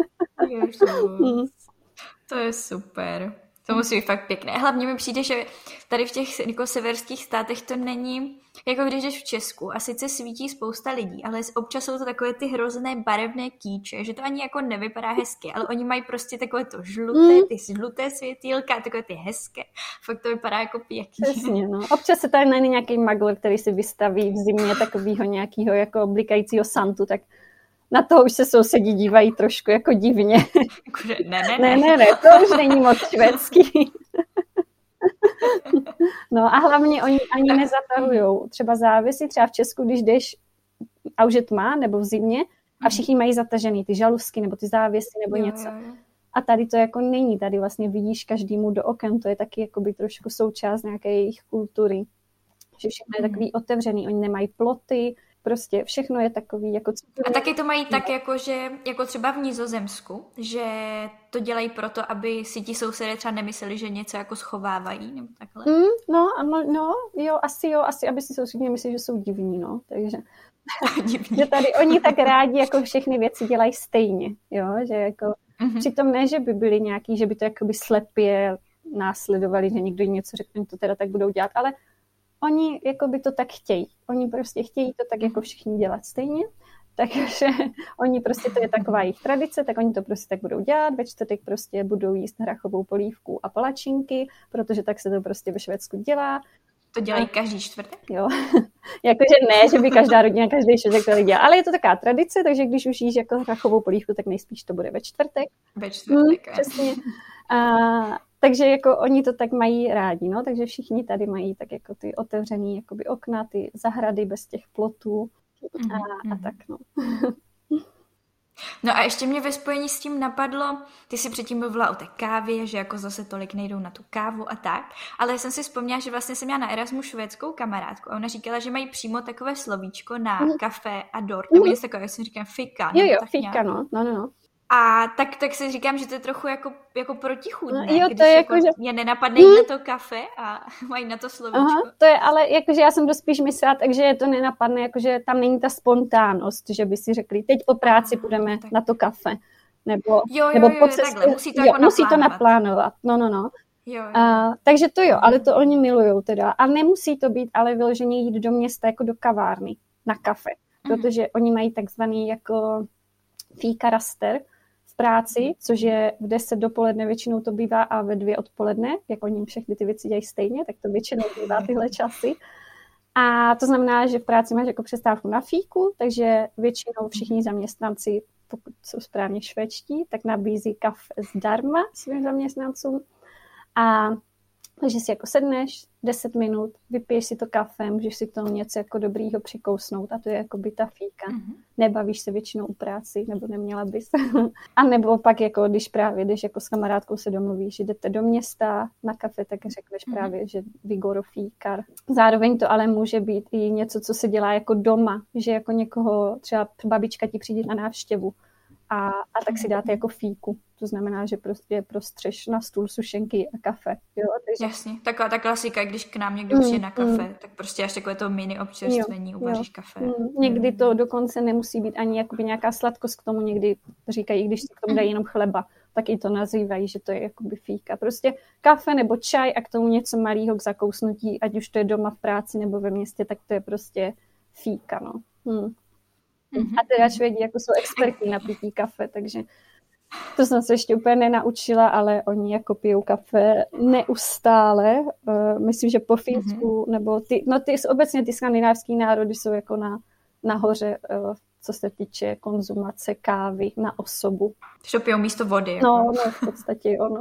To je super. To musí být fakt pěkné. Hlavně mi přijde, že tady v těch jako severských státech to není, jako když jdeš v Česku a sice svítí spousta lidí, ale občas jsou to takové ty hrozné barevné kýče, že to ani jako nevypadá hezky, ale oni mají prostě takové to žluté, ty žluté světýlka, takové ty hezké. Fakt to vypadá jako pěkně. Přesně, no. Občas se tady najde nějaký magor, který si vystaví v zimě takovýho nějakého jako blikajícího Santu, tak na toho už se sousedí dívají trošku jako divně. Ne, ne, ne. Ne, ne, ne, to už není moc švédský. No a hlavně oni ani nezatahujou. Třeba závěsy, třeba v Česku, když jdeš a už je tma, nebo v zimě, a všichni mají zatažený ty žaluzky, nebo ty závěsy, nebo jo, něco. Jo, jo. A tady to jako není. Tady vlastně vidíš každému do oken. To je taky jakoby trošku součást nějaké jejich kultury. Že všechno je takový otevřený. Oni nemají ploty, prostě všechno je takový jako... A taky to mají tak, jako, že, jako třeba v Nizozemsku, že to dělají proto, aby si ti sousedé třeba nemysleli, že něco jako schovávají, nebo takhle. Mm, no, no, jo, asi jo, asi, aby si sousedé mysleli, že jsou divní, no, takže... divní. Že tady oni tak rádi jako všechny věci dělají stejně, jo, že jako... Mm-hmm. Přitom ne, že by byli nějaký, že by to jakoby slepě následovali, že někdo jim něco řekne, oni to teda tak budou dělat, ale oni jako by to tak chtějí. Oni prostě chtějí to tak jako všichni dělat stejně. Takže oni prostě, to je taková jejich tradice, tak oni to prostě tak budou dělat. Ve čtvrtek prostě budou jíst hrachovou polívku a palačinky, protože tak se to prostě ve Švédsku dělá. To dělají každý čtvrtek? Jo. Jakože ne, že by každá rodina, každý čtvrtek to dělá. Ale je to taková tradice, takže když už jíš jako hrachovou polívku, tak nejspíš to bude ve čtvrtek. Ve čtvrtek, hmm, přesně. A takže jako oni to tak mají rádi, no, takže všichni tady mají tak jako ty otevřený jakoby okna, ty zahrady bez těch plotů a, a tak, no. No a ještě mě ve spojení s tím napadlo, ty jsi předtím mluvila o té kávě, že jako zase tolik nejdou na tu kávu a tak, ale já jsem si vzpomněla, že vlastně jsem měla na Erasmu švédskou kamarádku a ona říkala, že mají přímo takové slovíčko na mm. kafe a dort, nebo něco takového, já jsem říkám fika. Jo, jo, tak fika, no, no, no. A tak, tak si říkám, že to je trochu jako, jako protichůdné, no, jo, když to je jako jako, že... mě nenapadne jít na to kafe a mají na to slovíčko. Aha, to je, ale jakože já jsem to spíš myslela, takže je to nenapadne, jakože tam není ta spontánnost, že by si řekli, teď po práci půjdeme tak na to kafe. Nebo, jo, jo, nebo jo, po cestě, takhle, musí to, jo, jako musí to naplánovat. No, no, no. Jo, jo. A, takže to jo, ale to oni milujou teda. A nemusí to být ale vyloženě jít do města jako do kavárny na kafe, protože mm. oni mají takzvaný jako fíka raster v práci, což je v deset dopoledne, většinou to bývá a ve dvě odpoledne, jak oni všechny ty věci dělají stejně, tak to většinou bývá tyhle časy. A to znamená, že v práci máš jako přestávku na fíku, takže většinou všichni zaměstnanci, pokud jsou správně švédští, tak nabízí kafe zdarma svým zaměstnancům. A takže si jako sedneš deset minut, vypiješ si to kafe, můžeš si k tomu něco jako dobrýho přikousnout a to je jako by ta fíka. Mm-hmm. Nebavíš se většinou u práci, nebo neměla bys. A nebo pak jako, když právě jdeš jako s kamarádkou se domluvíš, že jdete do města na kafe, tak řekneš mm-hmm. právě, že we go to fíkar. Zároveň to ale může být i něco, co se dělá jako doma, že jako někoho, třeba babička ti přijde na návštěvu a, a tak si dáte jako fíku. To znamená, že prostě prostřeš na stůl sušenky a kafe. Jo? Takže... Jasně, taková ta klasika, když k nám někdo přijde mm, na kafe, mm. tak prostě až takové to mini občerstvení, uvaříš kafe. Mm. Někdy to dokonce nemusí být ani jakoby nějaká sladkost k tomu, někdy říkají, když si k tomu dají jenom chleba, tak i to nazývají, že to je jakoby fíka. Prostě kafe nebo čaj a k tomu něco malého k zakousnutí, ať už to je doma v práci nebo ve městě, tak to je prostě fíka, no. Hmm. Mm-hmm. A teda Švédi jako jsou experti na pití kafe, takže to jsem se ještě úplně nenaučila, ale oni jako pijou kafe neustále. Uh, myslím, že po Finsku, mm-hmm. nebo ty, no ty obecně ty skandinávský národy jsou jako na, nahoře, uh, co se týče konzumace kávy na osobu. Že pijou místo vody. Jako. No, no, v podstatě ono.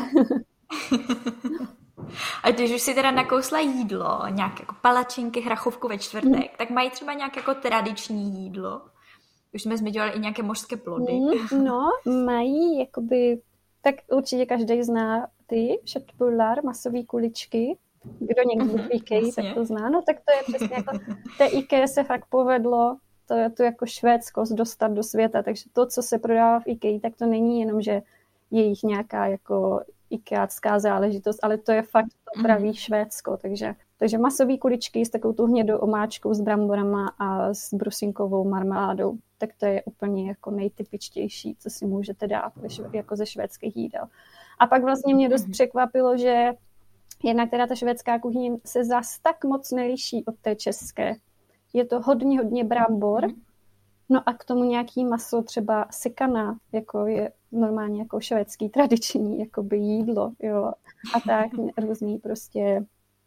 A když už si teda nakousla jídlo, nějaké jako palačinky, hrachovku ve čtvrtek, mm. tak mají třeba nějaké jako tradiční jídlo? Už jsme zmiňovali i nějaké mořské plody. Mm, no, mají jakoby, tak určitě každý zná ty köttbullar, masové kuličky. Kdo někdy v IKEA, tak to zná. No tak to je přesně jako, té IKEA se fakt povedlo, to je tu jako švédskost dostat do světa, takže to, co se prodává v IKEA, tak to není jenom, že je jich nějaká jako ikeácká záležitost, ale to je fakt to pravý Švédsko, takže, takže masové kuličky s takovou tu hnědou omáčkou, s bramborama a s brusinkovou marmeládou, tak to je úplně jako nejtypičtější, co si můžete dát jako ze švédských jídel. A pak vlastně mě dost překvapilo, že jednak teda ta švédská kuchyně se zas tak moc neliší od té české. Je to hodně, hodně brambor, no a k tomu nějaký maso třeba sekaná, jako je normálně jako švédský tradiční jakoby jídlo, jo. A tak různý prostě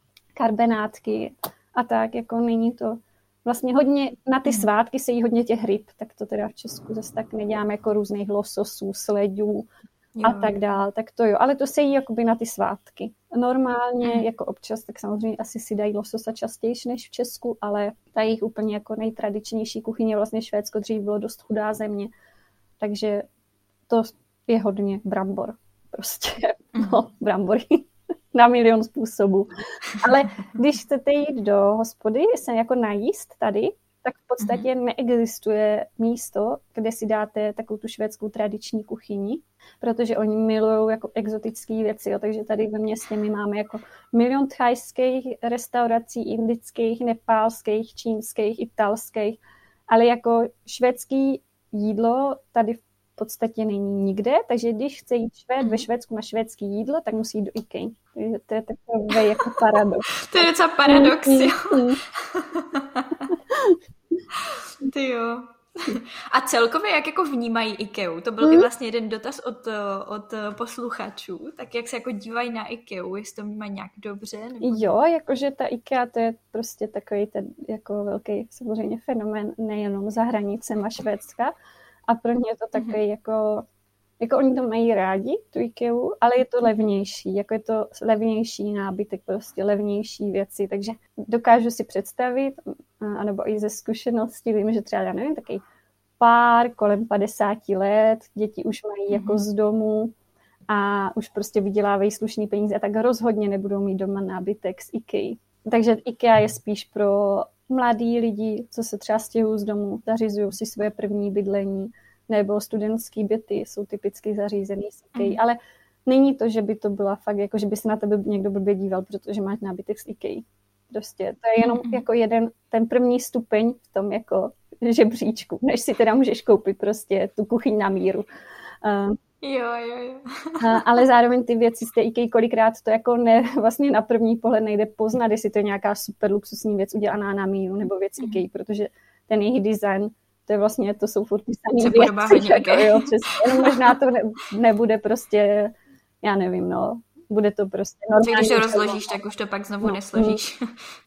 karbenátky a tak, jako není to vlastně hodně, na ty svátky se jí hodně těch ryb, tak to teda v Česku zase tak neděláme jako různých lososů, sledů a tak dál, tak to jo, ale to se jí jakoby na ty svátky. Normálně jako občas, tak samozřejmě asi si dají lososa častěji než v Česku, ale ta jejich úplně jako nejtradičnější kuchyně, vlastně Švédsko dřív bylo dost chudá země, takže to je hodně brambor. Prostě, no, brambory na milion způsobů. Ale když chcete jít do hospody, se jako najíst tady, tak v podstatě neexistuje místo, kde si dáte takovou tu švédskou tradiční kuchyni, protože oni milují jako exotické věci, jo. Takže tady ve městě my máme jako milion thajských restaurací, indických, nepálských, čínských, italských, ale jako švédský jídlo tady v podstatě není nikde, takže když chce jít Švéd ve Švédsku na švédský jídlo, tak musí jít do IKEA. Takže to je takový jako paradox. To je docela paradox, jo. Ty jo. A celkově, jak jako vnímají IKEA? To byl mm. i vlastně jeden dotaz od, od posluchačů. Tak jak se jako dívají na IKEA? Jestli to vnímají nějak dobře? Nebo... Jo, jakože ta IKEA to je prostě takový ten jako velký samozřejmě fenomén nejenom za hranicema Švédska. A pro ně je to takový mm-hmm. jako, jako oni to mají rádi, tu IKEA, ale je to levnější, jako je to levnější nábytek, prostě levnější věci, takže dokážu si představit, anebo i ze zkušenosti, vím, že třeba, já nevím, takový pár kolem padesáti let, děti už mají mm-hmm. jako z domu a už prostě vydělávají slušný peníze a tak rozhodně nebudou mít doma nábytek z IKEA. Takže IKEA je spíš pro mladý lidi, co se třeba stěhují z domu, zařizují si svoje první bydlení, nebo studentský byty jsou typicky zařízený z IKEA, mm. ale není to, že by to byla fakt, jako že by se na tebe někdo blbě díval, protože máš nábytek z IKEA. Prostě to je jenom mm. jako jeden, ten první stupeň v tom jako žebříčku, než si teda můžeš koupit prostě tu kuchyň na míru. Uh, Jo, jo, jo. Ale zároveň ty věci z té IKEA kolikrát to jako ne, vlastně na první pohled nejde poznat, jestli to je nějaká super luxusní věc udělaná na míru nebo věc mm. IKEA, protože ten jejich design, to je vlastně, to jsou furt ty samé věci. Jako, jo, přesně. Jenom možná to ne, nebude prostě, já nevím, no, bude to prostě normální. Když to rozložíš, tak už to pak znovu no, nesložíš.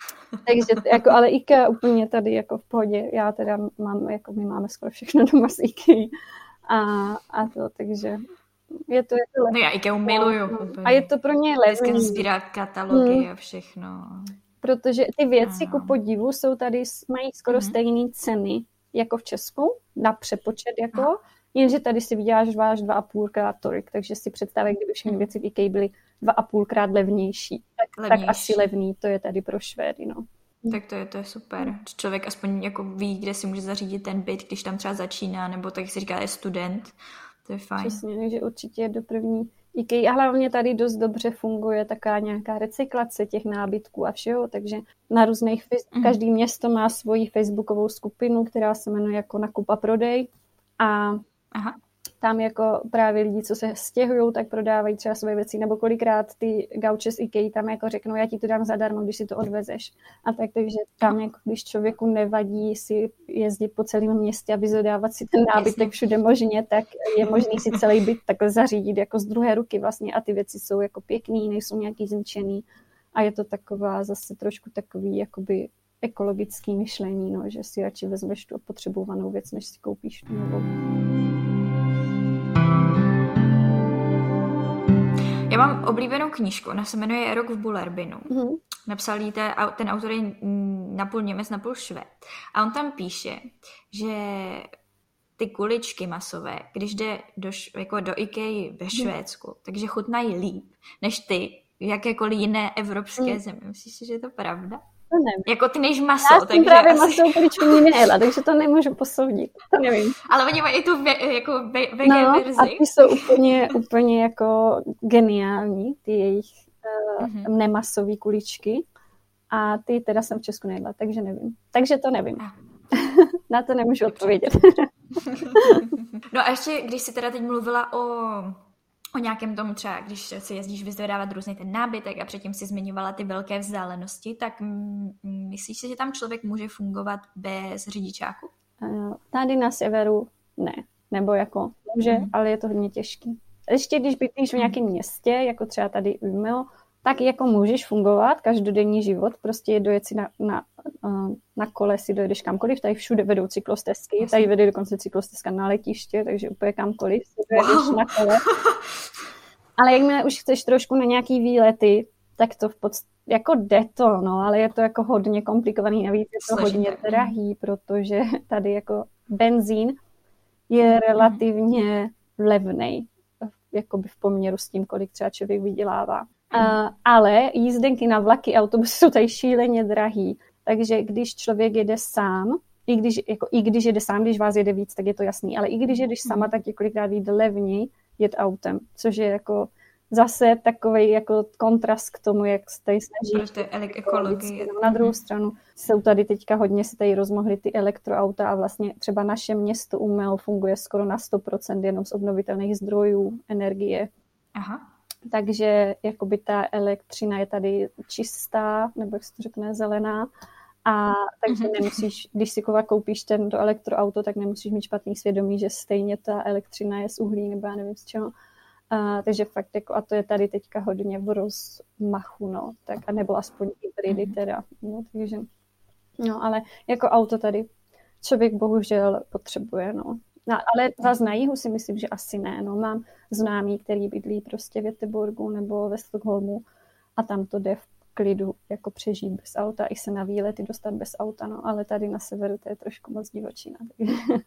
Takže jako, ale IKEA úplně tady jako v pohodě, já teda mám, jako my máme skoro všechno doma z IKEA. A, a to, takže je to, je to levný. No já IKEA miluju. No. A je to pro ně levný. Vždycky sbírá katalogy hmm. a všechno. Protože ty věci, ku podivu, jsou tady, mají skoro hmm. stejné ceny jako v Česku, na přepočet jako, Aha. jenže tady si vyděláš váš dva a půlkrát tolik, takže si představej, kdyby všechny hmm. věci v IKEA byly dva a půlkrát levnější, tak, levnější. tak asi levný, to je tady pro Švédy, no. Tak to je, to je super. Člověk aspoň jako ví, kde si může zařídit ten byt, když tam třeba začíná, nebo tak si říká, je student. To je fajn. Přesně, takže určitě do první IKEA. A hlavně tady dost dobře funguje taká nějaká recyklace těch nábytků a všeho, takže na různých, mm. každý město má svoji facebookovou skupinu, která se jmenuje jako Nakup a prodej. A Aha. tam jako právě lidi, co se stěhují, tak prodávají třeba svoje věci, nebo kolikrát ty gauče z IKEA tam jako řeknou, já ti to dám zadarmo, když si to odvezeš. A tak, takže tam jako když člověku nevadí si jezdit po celém městě a vyzodávat si ten nábytek všude možně, tak je možný si celý byt takhle zařídit jako z druhé ruky vlastně a ty věci jsou jako pěkný, nejsou nějaký zničený a je to taková zase trošku takový jakoby ekologický myšlení, no, že si radši vezmeš tu potřebovanou věc, než si koupíš tu novou. Já mám oblíbenou knížku, ona se jmenuje Rok v Bullerbinu. Mm-hmm. Napsal jí ten, ten autor je napůl Němec, napůl Švéd. A on tam píše, že ty kuličky masové, když jde do, jako do IKEA ve Švédsku, mm. takže chutnají líp, než ty v jakékoliv jiné evropské mm. zemi. Myslíš si, že je to pravda? To nevím. Jako ty nejíš maso. Já jsem právě asi... masovou kuličku nikdy nejedla, takže to nemůžu posoudit. To nevím. Ale oni mají i tu ve, jako ve, vege no, verzi. A ty jsou úplně, úplně jako geniální, ty jejich uh, mm-hmm. nemasové kuličky. A ty teda jsem v Česku nejedla, takže nevím. Takže to nevím. Na to nemůžu odpovědět. No a ještě, když jsi teda teď mluvila o... o nějakém tomu třeba, když si jezdíš vyzvedávat různý ten nábytek a předtím si zmiňovala ty velké vzdálenosti, tak m- myslíš si, že tam člověk může fungovat bez řidičáku? Tady na severu ne, nebo jako může, mm. ale je to hodně těžký. Ještě když bydlíš v nějakém městě, jako třeba tady Umeå, tak jako můžeš fungovat každodenní život, prostě dojet si na, na, na kole si dojedeš kamkoliv, tady všude vedou cyklostezky, tady vede dokonce cyklostezka na letiště, takže úplně kamkoliv si dojedeš wow. na kole. Ale jakmile už chceš trošku na nějaký výlety, tak to v podstatě, jako jde to, no, ale je to jako hodně komplikovaný, navíc je to Složité. hodně drahý, protože tady jako benzín je relativně levnej, jakoby v poměru s tím, kolik třeba člověk vydělává. Uh, ale jízdenky na vlaky, autobusy jsou tady šíleně drahý, takže když člověk jede sám, i když, jako, i když jede sám, když vás jede víc, tak je to jasný, ale i když jedeš sama, tak je kolikrát vyjde levněji jet autem, což je jako zase takovej jako kontrast k tomu, jak se tady snaží. Ekologie. Na druhou stranu jsou tady teďka hodně se tady rozmohly ty elektroauta a vlastně třeba naše město Umeå funguje skoro na sto procent jenom z obnovitelných zdrojů energie. Aha. Takže jakoby ta elektřina je tady čistá, nebo jak se to řekne, zelená. A takže mm-hmm. nemusíš, když si koupíš ten to elektroauto, tak nemusíš mít špatný svědomí, že stejně ta elektřina je z uhlí, nebo já nevím z čeho. A, takže fakt jako, a to je tady teďka hodně v rozmachu, no, tak a nebo aspoň hybridy mm-hmm. teda, no, takže, no, ale jako auto tady člověk bohužel potřebuje, no. No, ale zase na jihu si myslím, že asi ne. No, mám známý, který bydlí prostě v Göteborgu nebo ve Stockholmu a tam to jde v klidu jako přežít bez auta, i se na výlety dostat bez auta, no, ale tady na severu to je trošku moc divočina.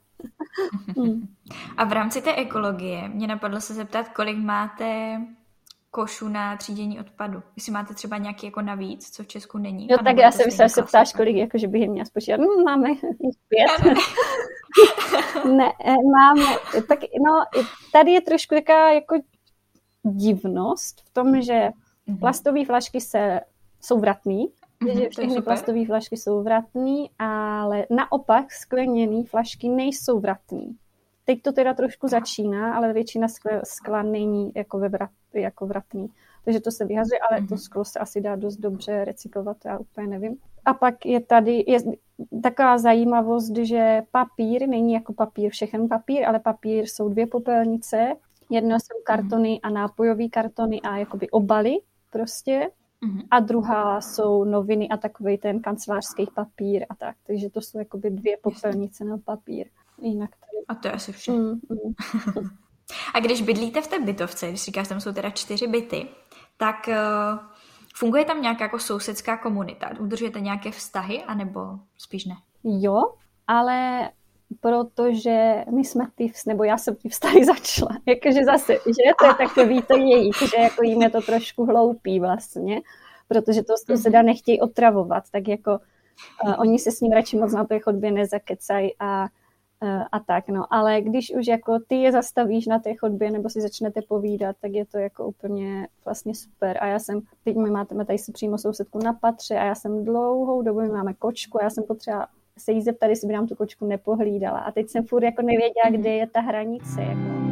A v rámci té ekologie mě napadlo se zeptat, kolik máte košů na třídění odpadu. Jestli máte třeba nějaký jako navíc, co v Česku není. Jo, tak já jsem myslela, že se ptáš, kolik, jako, že bych je měla spočítat. No, máme pět. Ne, máme, tak no, tady je trošku taková jako divnost v tom, že mm-hmm. plastové flašky se, jsou vratný, mm-hmm, že všechny plastové flašky jsou vratný, ale naopak skleněné flašky nejsou vratný. Teď to teda trošku začíná, ale většina skla, skla není jako, ve vrat, jako vratný. Takže to se vyhazuje, ale mm-hmm. to sklo se asi dá dost dobře recyklovat, já úplně nevím. A pak je tady je taková zajímavost, že papír není jako papír, všechen papír, ale papír jsou dvě popelnice. Jedno jsou kartony a nápojový kartony a jakoby obaly prostě. Mm-hmm. A druhá jsou noviny a takovej ten kancelářský papír a tak. Takže to jsou jakoby dvě popelnice na papír. Jinak tady... A to je asi vše. Mm, mm. A když bydlíte v té bytovce, když říkáš, tam jsou teda čtyři byty, tak uh, funguje tam nějaká jako sousedská komunita? Udržujete nějaké vztahy, anebo spíš ne? Jo, ale protože my jsme ty, nebo já jsem ty vztahy začala. Jakože zase, že to je takový to jejich, že jako jim je to trošku hloupý vlastně, protože to souseda nechtějí otravovat, tak jako uh, oni se s ním radši moc na té chodbě nezakecají a a tak, no, ale když už jako ty je zastavíš na té chodbě nebo si začnete povídat, tak je to jako úplně vlastně super. A já jsem, teď my máme tady si přímo sousedku na patře a já jsem dlouhou dobu, my máme kočku a já jsem potřeba se jí zeptat, jestli by nám tu kočku nepohlídala. A teď jsem furt jako nevěděla, kde je ta hranice, jako.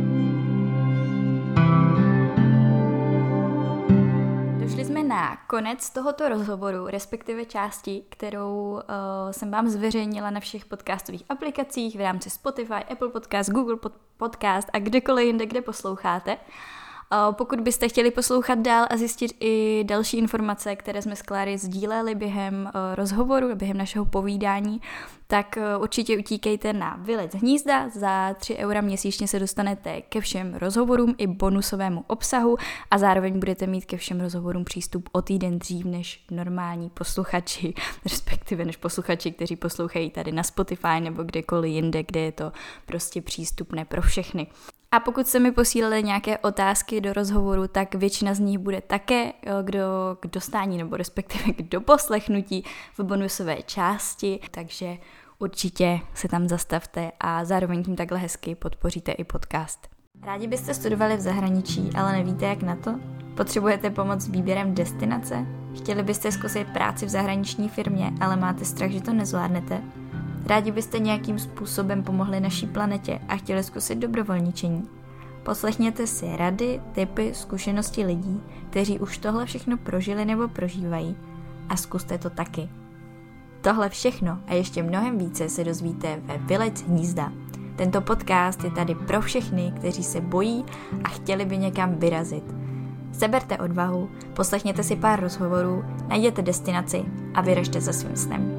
Došli jsme na konec tohoto rozhovoru, respektive části, kterou uh, jsem vám zveřejnila na všech podcastových aplikacích v rámci Spotify, Apple Podcast, Google Podcast a kdekoliv jinde, kde posloucháte. Uh, pokud byste chtěli poslouchat dál a zjistit i další informace, které jsme s Kláry sdíleli během uh, rozhovoru, během našeho povídání, tak uh, určitě utíkejte na Vylec hnízda. Za tři eura měsíčně se dostanete ke všem rozhovorům i bonusovému obsahu a zároveň budete mít ke všem rozhovorům přístup o týden dřív než normální posluchači, respektive než posluchači, kteří poslouchají tady na Spotify nebo kdekoliv jinde, kde je to prostě přístupné pro všechny. A pokud se mi posílali nějaké otázky do rozhovoru, tak většina z nich bude také kdo, k dostání nebo respektive k doposlechnutí v bonusové části, takže určitě se tam zastavte a zároveň tím takhle hezky podpoříte i podcast. Rádi byste studovali v zahraničí, ale nevíte jak na to? Potřebujete pomoc s výběrem destinace? Chtěli byste zkusit práci v zahraniční firmě, ale máte strach, že to nezvládnete? Rádi byste nějakým způsobem pomohli naší planetě a chtěli zkusit dobrovolničení? Poslechněte si rady, tipy, zkušenosti lidí, kteří už tohle všechno prožili nebo prožívají a zkuste to taky. Tohle všechno a ještě mnohem více se dozvíte ve Vylec hnízda. Tento podcast je tady pro všechny, kteří se bojí a chtěli by někam vyrazit. Seberte odvahu, poslechněte si pár rozhovorů, najděte destinaci a vyražte za svým snem.